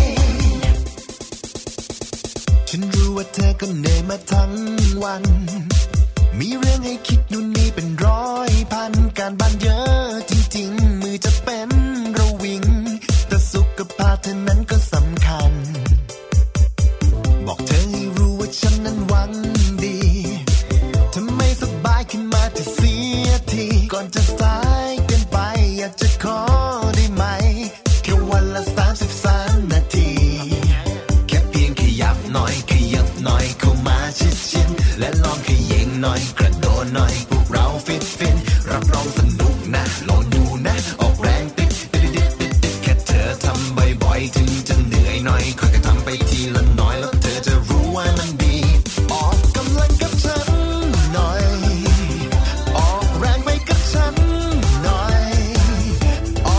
ฉันรู้ว่าเธอก็เหนื่อยมาทั้งวันมีเรื่องให้คิดนู่นนี่เป็นร้อยพันการบ้านเยอะจริงๆมือจะเป็นระวิงแต่สุขภาพเธอนั้นก็สำคัญบอกเธอให้รู้ว่าฉันนั้นหวังดีถ้าไม่สบายขึ้นมาเธอเสียทีก่อนจะสายเกินไปอยากจะขอได้ไหมแค่วันละ33 นาทีแค่เพียงขยับหน่อยเข้ามาชิดๆและลองขย่งหน่อยกระโดดหน่อยพวกเราฟินรับรองสนุกนะลองดูนะออกแรงติดแค่เธอทำบ่อยๆถึงจะเหนื่อยหน่อยค่อยๆทำไปทีละน้อยแล้วเธอจะรู้ว่ามันดีออกกำลังกับฉันหน่อยออกแรงไปกับฉันหน่อยอ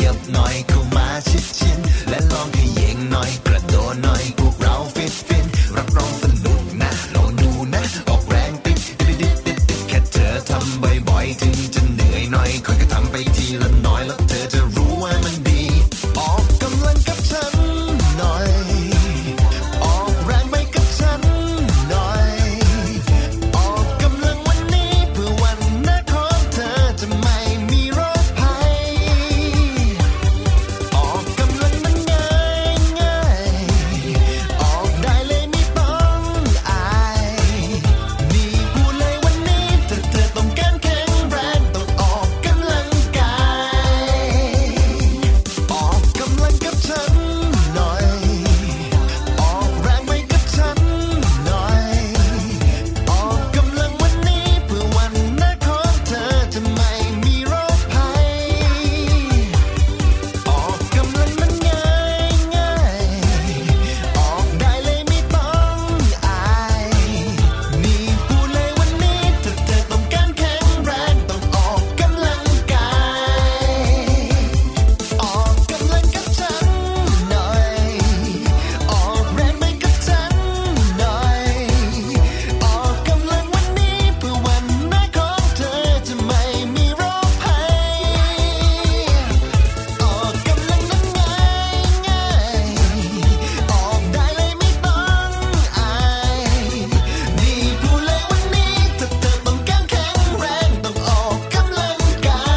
ยับหน่อยเข้ามาชิดๆและลองขยิงหน่อยกระโดดหน่อยพวกเราฟินรับรองสนุกนะลองดูนะออกแรงติดแค่เธอทำบ่อยๆถึงจะเหนื่อยหน่อยค่อยๆทำไปทีละน้อยแล้วเธอจะรู้ว่ามันดีออกกำลังกับฉันหน่อยออกแรงไปกับฉันหน่อยออกกำลังวันนี้เพื่อวันหน้าของเธอจะไม่มีโรคภัยออกกำลังมันง่ายออกได้เลยไม่ต้องอายนี่พูดเลยวันนี้ถ้าเธอต้องการแข็งแรงต้องออกกำลังกายออกกำลังกับฉันหน่อยออกแรงไปกับฉันหน่อยออกกำลังวันนี้เพื่อวันหน้าของเธอจะไม่มีโรคภัยออกกำลังมันง่ายออกได้เลยไม่ต้องอายนี่พูดเลยวันนี้ถ้าเธอต้องการแข็งแรงต้องออกกำลังกายออกกำลังกับฉันหน่อยออกแรงไปกับฉันหน่อยออกกำลังวันนี้เพื่อวันหน้าของเธอจะไม่มีโรคภัยออกกำลังนั้นง่ายออกได้เลยไม่ต้องอายนี่พูดเลยวันนี้ถ้าเธอต้องการแข็งแรงต้องออกกำลังกาย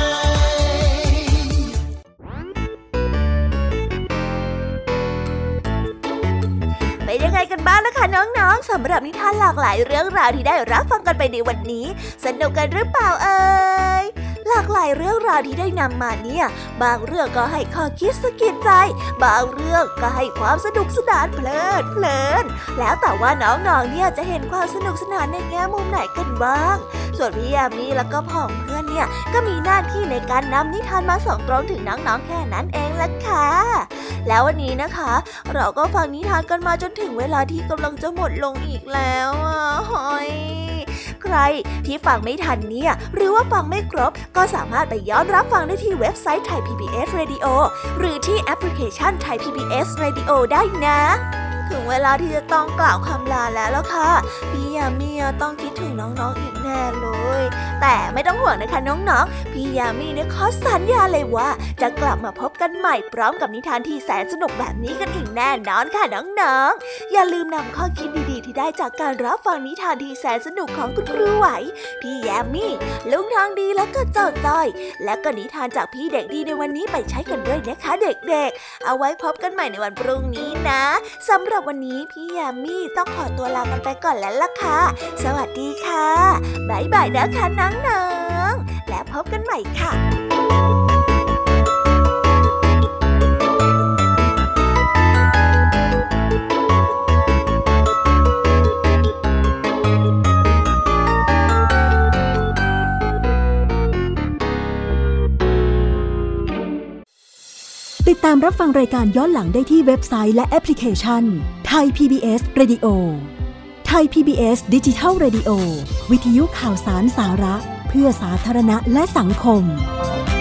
เป็นยังไงกันบ้างล่ะคะน้องๆสำหรับนิทานหลากหลายเรื่องราวที่ได้รับฟังกันไปในวันนี้สนุกกันหรือเปล่าเอ่ยหลากหลายเรื่องราวที่ได้นำมาเนี่ยบางเรื่องก็ให้ข้อคิดสะกิดใจบางเรื่องก็ให้ความสนุกสนานเพลินแล้วแต่ว่าน้องๆเนี่ยจะเห็นความสนุกสนานในแง่มุมไหนกันบ้างส่วนพี่ยามีแล้วก็พ่องเพื่อนเนี่ยก็มีหน้าที่ในการนำนิทานมาส่งตรงถึงน้องๆแค่นั้นเองล่ะค่ะแล้ววันนี้นะคะเราก็ฟังนิทานกันมาจนถึงเวลาที่กำลังจะหมดลงอีกแล้วหอยใครที่ฟังไม่ทันเนี่ยหรือว่าฟังไม่ครบก็สามารถไปย้อนรับฟังได้ที่เว็บไซต์ Thai PBS Radio หรือที่แอปพลิเคชัน Thai PBS Radio ได้นะถึงเวลาที่จะต้องกล่าวคำลาแล้วล่ะค่ะพี่ยามีต้องคิดถึงน้องๆอีกแน่เลยแต่ไม่ต้องห่วงนะคะน้องๆพี่ยามีเนี่ยขอสัญญาเลยว่าจะกลับมาพบกันใหม่พร้อมกับนิทานที่แสนสนุกแบบนี้กันอีกแน่นอนค่ะน้องๆอย่าลืมนำข้อคิดดีๆที่ได้จากการรับฟังนิทานที่แสนสนุกของคุณครูไหวพี่ยามีลุงทองดีและก็เจ้าจ้อยและก็นิทานจากพี่เด็กดีในวันนี้ไปใช้กันด้วยนะคะเด็กๆเอาไว้พบกันใหม่ในวันพรุ่งนี้นะสำหรับวันนี้พี่ยามีต้องขอตัวลากันไปก่อนแล้วล่ะค่ะสวัสดีค่ะบ๊ายบายนะคะน้องๆและพบกันใหม่ค่ะติดตามรับฟังรายการย้อนหลังได้ที่เว็บไซต์และแอปพลิเคชัน Thai PBS Radio Thai PBS Digital Radio วิทยุข่าวสารสาระเพื่อสาธารณะและสังคม